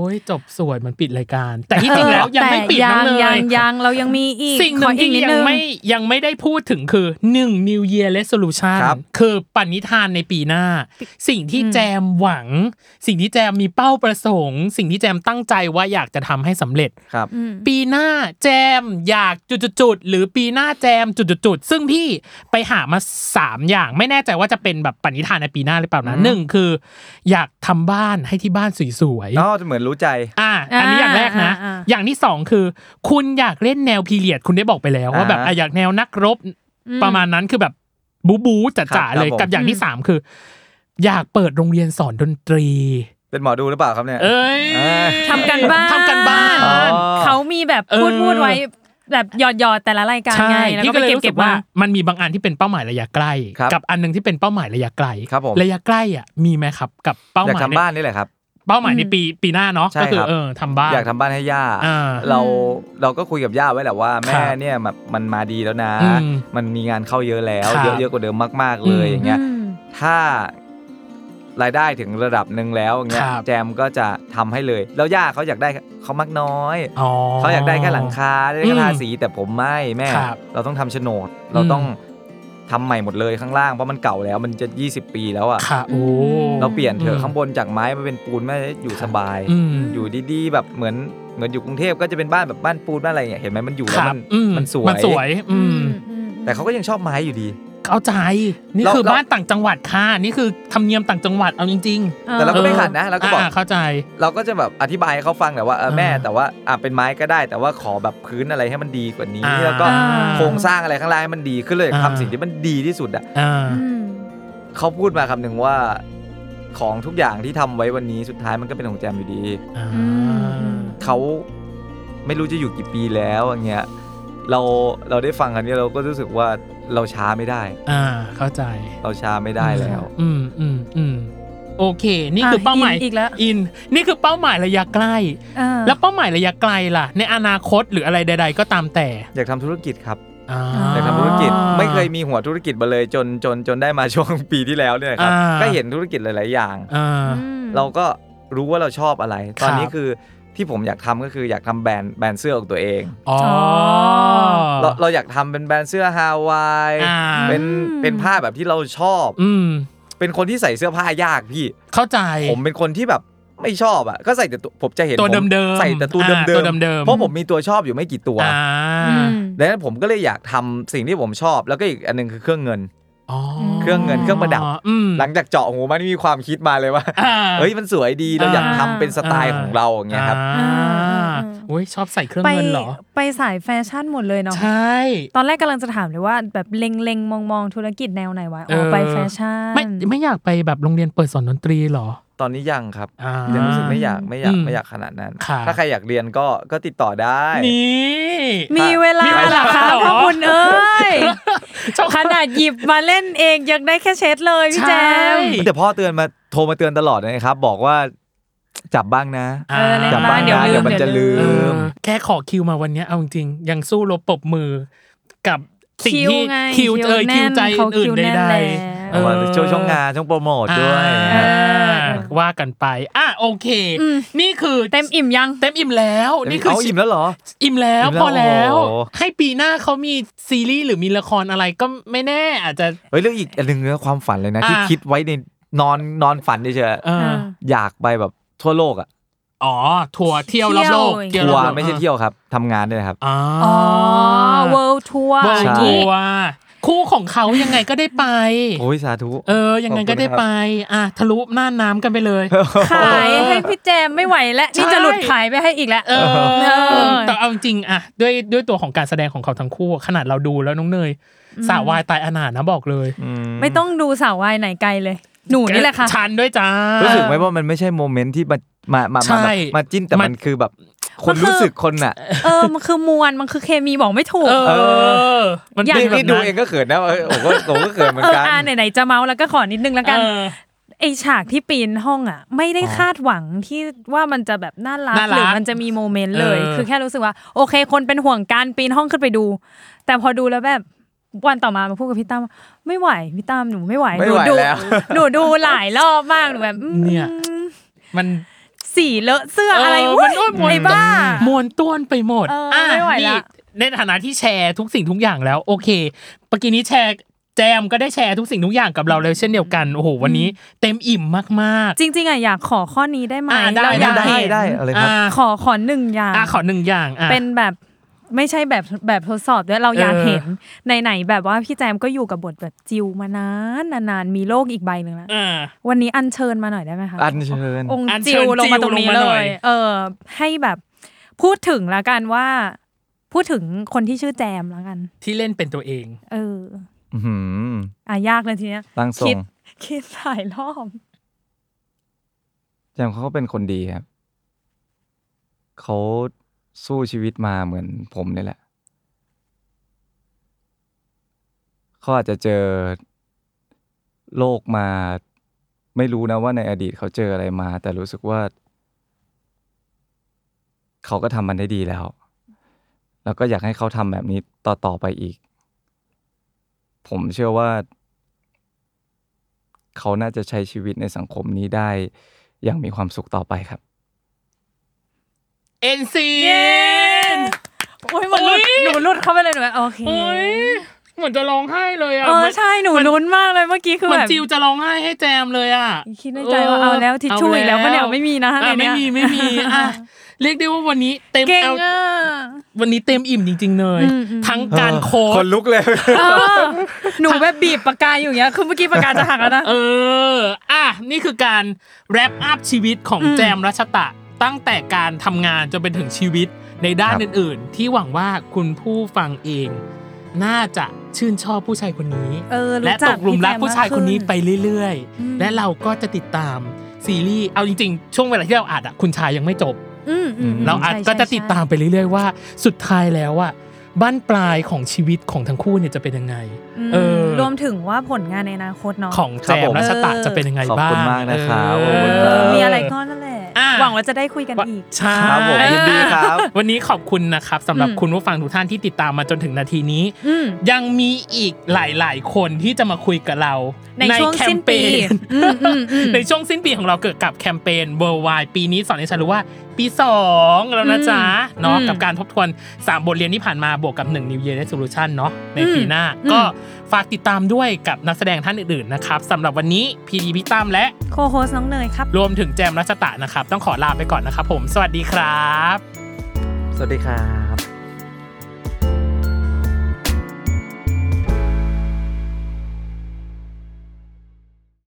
ยจบสวยมันปิดรายการแต่ที่จริงแล้วยังไม่ปิดน้องเนยยังยังเรายังมีอีกสิ่งหนึ่งที่ยังไม่ยังไม่ได้พูดถึงคือหนึ่ง New Year Resolution คือปณิธานในปีหน้าสิ่งที่แจมหวังสิ่งที่แจมมีเป้าประสงค์สิ่งที่แจมตั้งใจว่าอยากจะทำให้สำเร็จปีหน้าแจมอยากจุดๆหรือปีหน้าแจมจุดๆซึ่งพี่ไปหามาสามอย่างไม่แน่ใจว่าจะเป็นแบบปณิธานในปีหน้าหรือเปล่านะหนึ่งคืออยากทำบ้านให้ที่บ้านสวยๆอ๋อเหมือนรู้ใจอ่าอันนี้อย่างแรกนะอย่างที่สองคือคุณอยากเล่นแนวพีเรียดคุณได้บอกไปแล้วว่าแบบอยากแนวนักรบประมาณนั้นคือแบบบู๊บู๊จ๋าๆเลยกับอย่างที่สามคืออยากเปิดโรงเรียนสอนดนตรีเป็นหมอดูหรือเปล่าครับเนี่ยเอ้ยทำกันบ้านทำกันบ้านเขามีแบบพูดพูดไว้แบบหยอดๆแต่ละรายการไงแล้วก็ไปเก็บๆว่ามันมีบางอันที่เป็นเป้าหมายระยะใกล้กับอันนึงที่เป็นเป้าหมายระยะไกลระยะใกล้อ่ะมีไหมครับกับเป้าหมายอยากทำบ้านนี่แหละครับเป้าหมายในปีปีหน้าเนาะก็คือเออทำบ้านอยากทำบ้านให้ย่าเราเราก็คุยกับย่าไว้แหละว่าแม่เนี่ยมันมาดีแล้วนะมันมีงานเข้าเยอะแล้วเยอะเยอะกว่าเดิมมากๆเลยอย่างเงี้ยถ้ารายได้ถึงระดับนึงแล้วอย่างเงี้ยแจมก็จะทำให้เลยแล้วย่าเขาอยากได้เขามักน้อยเขาอยากได้แค่หลังคาได้แค่ทาสีแต่ผมไม่แม่เราต้องทำโฉนดเราต้องทำใหม่หมดเลยข้างล่างเพราะมันเก่าแล้วมันจะยี่สิบปีแล้วอ่ะเราเปลี่ยนเถอะข้างบนจากไม้มาเป็นปูนแม่อยู่สบายอยู่ดีๆแบบเหมือนเหมือนอยู่กรุงเทพก็จะเป็นบ้านแบบบ้านปูนบ้านอะไรอย่างเงี้ยเห็นไหมมันอยู่แล้วมันมันสวยมันสวยแต่เขาก็ยังชอบไม้อยู่ดีเข้าใจนี่คือบ้านต่างจังหวัดค่ะนี่คือธรรมเนียมต่างจังหวัดเอาจริงๆแต่เราก็ไม่ขัดนะเราก็บอกเข้าใจเราก็จะแบบอธิบายให้เขาฟังแหละว่าแม่แต่ว่าอ่ะเป็นไม้ก็ได้แต่ว่าขอแบบพื้นอะไรให้มันดีกว่านี้แล้วก็โครงสร้างอะไรข้างล่างให้มันดีขึ้นเลยทำสิ่งที่มันดีที่สุดอ่ะเขาพูดมาคำหนึ่งว่าของทุกอย่างที่ทำไว้วันนี้สุดท้ายมันก็เป็นของแจมอยู่ดีเขาไม่รู้จะอยู่กี่ปีแล้วอย่างเงี้ยเราเราได้ฟังอันนี้เราก็รู้สึกว่าเราช้าไม่ได้อ่าเข้าใจเราช้าไม่ได้แล้วอืมอืมอืมโอเคนี่คือเป้าหมายอีกแล้วอินนี่คือเป้าหมายระยะใกล้แล้วเป้าหมายระยะไกลล่ะในอนาคตหรืออะไรใดๆก็ตามแต่อยากทำธุรกิจครับอยากทำธุรกิจไม่เคยมีหัวธุรกิจมาเลยจนจนจนได้มาช่วงปีที่แล้วเนี่ยครับก็เห็นธุรกิจหลายๆอย่างเราก็รู้ว่าเราชอบอะไรตอนนี้คือที่ผมอยากทำก็คืออยากทำแบรนด์แบรนด์เสื้อของตัวเองอ๋อเราเราอยากทำเป็นแบรนด์เสื้อฮาวายเป็นเป็นผ้าแบบที่เราชอบเป็นคนที่ใส่เสื้อผ้ายากพี่เข้าใจผมเป็นคนที่แบบไม่ชอบอ่ะก็ใส่แต่ผมจะเห็นตัวเดิมๆใส่แต่ตัวเดิมๆเพราะผมมีตัวชอบอยู่ไม่กี่ตัวดังนั้นผมก็เลยอยากทำสิ่งที่ผมชอบแล้วก็อีกอันนึงคือเครื่องเงินเครื่องเงินเครื่องประดับหลังจากเจาะหูมันมีความคิดมาเลยว่าเฮ้ยมันสวยดีเราอยากทำเป็นสไตล์ของเราอย่างเงี้ยครับโอ้ยชอบใส่เครื่องเงินเหรอไปสายแฟชั่นหมดเลยเนาะใช่ตอนแรกกำลังจะถามเลยว่าแบบเล็งๆมองๆธุรกิจแนวไหนวะอ๋อไปแฟชั่นไม่ไม่อยากไปแบบโรงเรียนเปิดสอนดนตรีหรอตอนนี้ยังครับยังรู้สึกไม่อยากไม่อยากไม่อยากขนาดนั้นถ้าใครอยากเรียนก็ก็ติดต่อได้นี่มีเวลาเหรอคะพ่อคุณเอ้ยขนาดหยิบมาเล่นเองยังได้แค่เช็ดเลยพี่แจมแต่พ่อเตือนมาโทรมาเตือนตลอดนะครับบอกว่าจับบ้างนะจับบ้างนะเดี๋ยวมันจะลืมแค่ขอคิวมาวันนี้เอาจริงยังสู้รบปรบมือกับสิ่งที่คิวเอ่ยคิวใจอื่นใดๆเออช่วงช่วงงานช่วงโปรโมทด้วยว่ากันไปอ่ะโอเคนี่คือเต็มอิ่มยังเต็มอิ่มแล้วนี่คืออิ่มแล้วเหรออิ่มแล้วพอแล้วให้ปีหน้าเขามีซีรีส์หรือมีละครอะไรก็ไม่แน่อาจจะเฮ้ยเรื่องอีกอันนึงนะความฝันเลยนะที่คิดไว้ในนอนนอนฝันเฉยๆอยากไปแบบทั่วโลกอ่ะอ๋อทัวร์เที่ยวรอบโลกทัวร์ไม่ใช่เที่ยวครับทำงานด้วยครับอ๋อ World Tour ทัวร์คู่ของเขายังไงก็ได้ไปโอ้ยสาธุเออยังไงก็ได้ไปอ่ะทะลุน่านน้ำกันไปเลยขายให้พี่แจมไม่ไหวแล้วนี่จะหลุดขายไปให้อีกแล้วเออแต่เอาจริงอ่ะด้วยด้วยตัวของการแสดงของเขาทั้งคู่ขนาดเราดูแล้วน้องเนยสาววายตายอนาถนะบอกเลยไม่ต้องดูสาววายไหนไกลเลยหนูนี่แหละค่ะชันด้วยจ้ารู้สึกไหมว่ามันไม่ใช่โมเมนต์ที่มามามามาจิ้นแต่มันคือแบบคนรู้สึกคนน่ะเออมันคือมวลมันคือเคมีบอกไม่ถูกเออมันนี่ดูเองก็เขินนะผมก็ผมก็เขินเหมือนกันอ่าไหนๆจะเมาแล้วก็ขอนิดนึงแล้วกันไอฉากที่ปีนห้องอ่ะไม่ได้คาดหวังที่ว่ามันจะแบบน่ารักหรือมันจะมีโมเมนต์เลยคือแค่รู้สึกว่าโอเคคนเป็นห่วงการปีนห้องขึ้นไปดูแต่พอดูแล้วแบบวันต่อมามาพูดกับพี่ตั้มไม่ไหวพี่ตั้มหนูไม่ไหวหนูดูหนูดูหลายรอบมากหนูแบบเนี่ยมันสสีเลอะเสื้ออะไรอุ้ยไอ้บ้ามวนต้วนไปหมดอ่ะไม่ไหวละในฐานะที่แชร์ทุกสิ่งทุกอย่างแล้วโอเคเมื่อกี้นี้แชร์แจมก็ได้แชร์ทุกสิ่งทุกอย่างกับเราแล้วเช่นเดียวกันโอ้โหวันนี้เต็มอิ่มมากๆจริงๆอ่ะอยากขอข้อนี้ได้ไหมเราอยากได้ได้อะไรครับขอขอหนึ่งอย่างอ่ะขอหนึ่งอย่างอ่ะเป็นแบบไม่ใช่แบบแบบทดสอบด้วยเราอยากเห็นไหนๆแบบว่าพี่แจมก็อยู่กับบทแบบจิวมานานนานๆมีโลกอีกใบนึงแล้ววันนี้อัญเชิญมาหน่อยได้ไหมคะอัญเชิญองค์จิวลงมาตรงนี้เลยเออให้แบบพูดถึงแล้วกันว่าพูดถึงคนที่ชื่อแจมแล้วกันที่เล่นเป็นตัวเองเอออ่ะยากเลยทีเนี้ยตั้งทรงคิดหลายรอบแจมเขาก็เป็นคนดีครับเขาสู้ชีวิตมาเหมือนผมนี่แหละเขาอาจจะเจอโลกมาไม่รู้นะว่าในอดีตเขาเจออะไรมาแต่รู้สึกว่าเขาก็ทำมันได้ดีแล้วแล้วก็อยากให้เขาทำแบบนี้ต่อๆไปอีกผมเชื่อว่าเขาน่าจะใช้ชีวิตในสังคมนี้ได้อย่างมีความสุขต่อไปครับเอ็นซีนโอ้ยมันหนูลุ้นเข้าไปเลยหนูโอเคเหมือนจะร้องไห้เลยอ่ะเออใช่หนูลุ้นมากเลยเมื่อกี้คือแบบจิวจะร้องไห้ให้แจมเลยอ่ะคิดในใจว่าเอาแล้วทิชชู่อีกแล้วก็เนี่ยไม่มีนะในเนี้ยไม่มีไม่มีอ่ะเรียกได้ว่าวันนี้เต็มเอาวันนี้เต็มอิ่มจริงๆเลยทั้งการโค้ดคนลุกเลยหนูแบบบีบปากกาอยู่อย่างเงี้ยคือเมื่อกี้ปากกาจะหักแล้วนะเอออ่ะนี่คือการแรปอัพชีวิตของแจมรัชตะตั้งแต่การทำงานจนเป็นถึงชีวิตในด้านอื่นๆที่หวังว่าคุณผู้ฟังเองน่าจะชื่นชอบผู้ชายคนนี้และตกหลุมรักผู้ชายคนนี้ไปเรื่อยๆและเราก็จะติดตามซีรีส์เอาจริงๆช่วงเวลาที่เราอัดอ่ะคุณชายยังไม่จบเราอัดก็จะติดตามไปเรื่อยๆว่าสุดท้ายแล้วอ่ะบั้นปลายของชีวิตของทั้งคู่เนี่ยจะเป็นยังไงเออรวมถึงว่าผลงานในอนาคตเนาะของแจมรัชตะจะเป็นยังไงบ้างขอบคุณมากนะครับมีอะไรก็นั่นแหละหวังว่าจะได้คุยกันอีกใช่ครับผมยินดีครับวันนี้ขอบคุณนะครับสำหรับคุณผู้ฟังทุกท่านที่ติดตามมาจนถึงนาทีนี้ยังมีอีกหลายๆคนที่จะมาคุยกับเราในช่วงสิ้นปีในช่วงสิ้นปีของเราเกิดกับแคมเปญ Worldwide ปีนี้สอนให้ฉันรู้ว่าปีสองแล้วนะจ๊ะเนาะกับการทบทวนสามบทเรียนที่ผ่านมาบวกกับหนึ่ง New Year Resolution เนาะในปีหน้าก็ฝากติดตามด้วยกับนักแสดงท่านอื่นๆนะครับสำหรับวันนี้พีดีพี่ตั้มและโคโฮสน้องเนยครับรวมถึงแจมรัชตะนะครับต้องขอลาไปก่อนนะครับผมสวัสดีครับสวัสดีครับ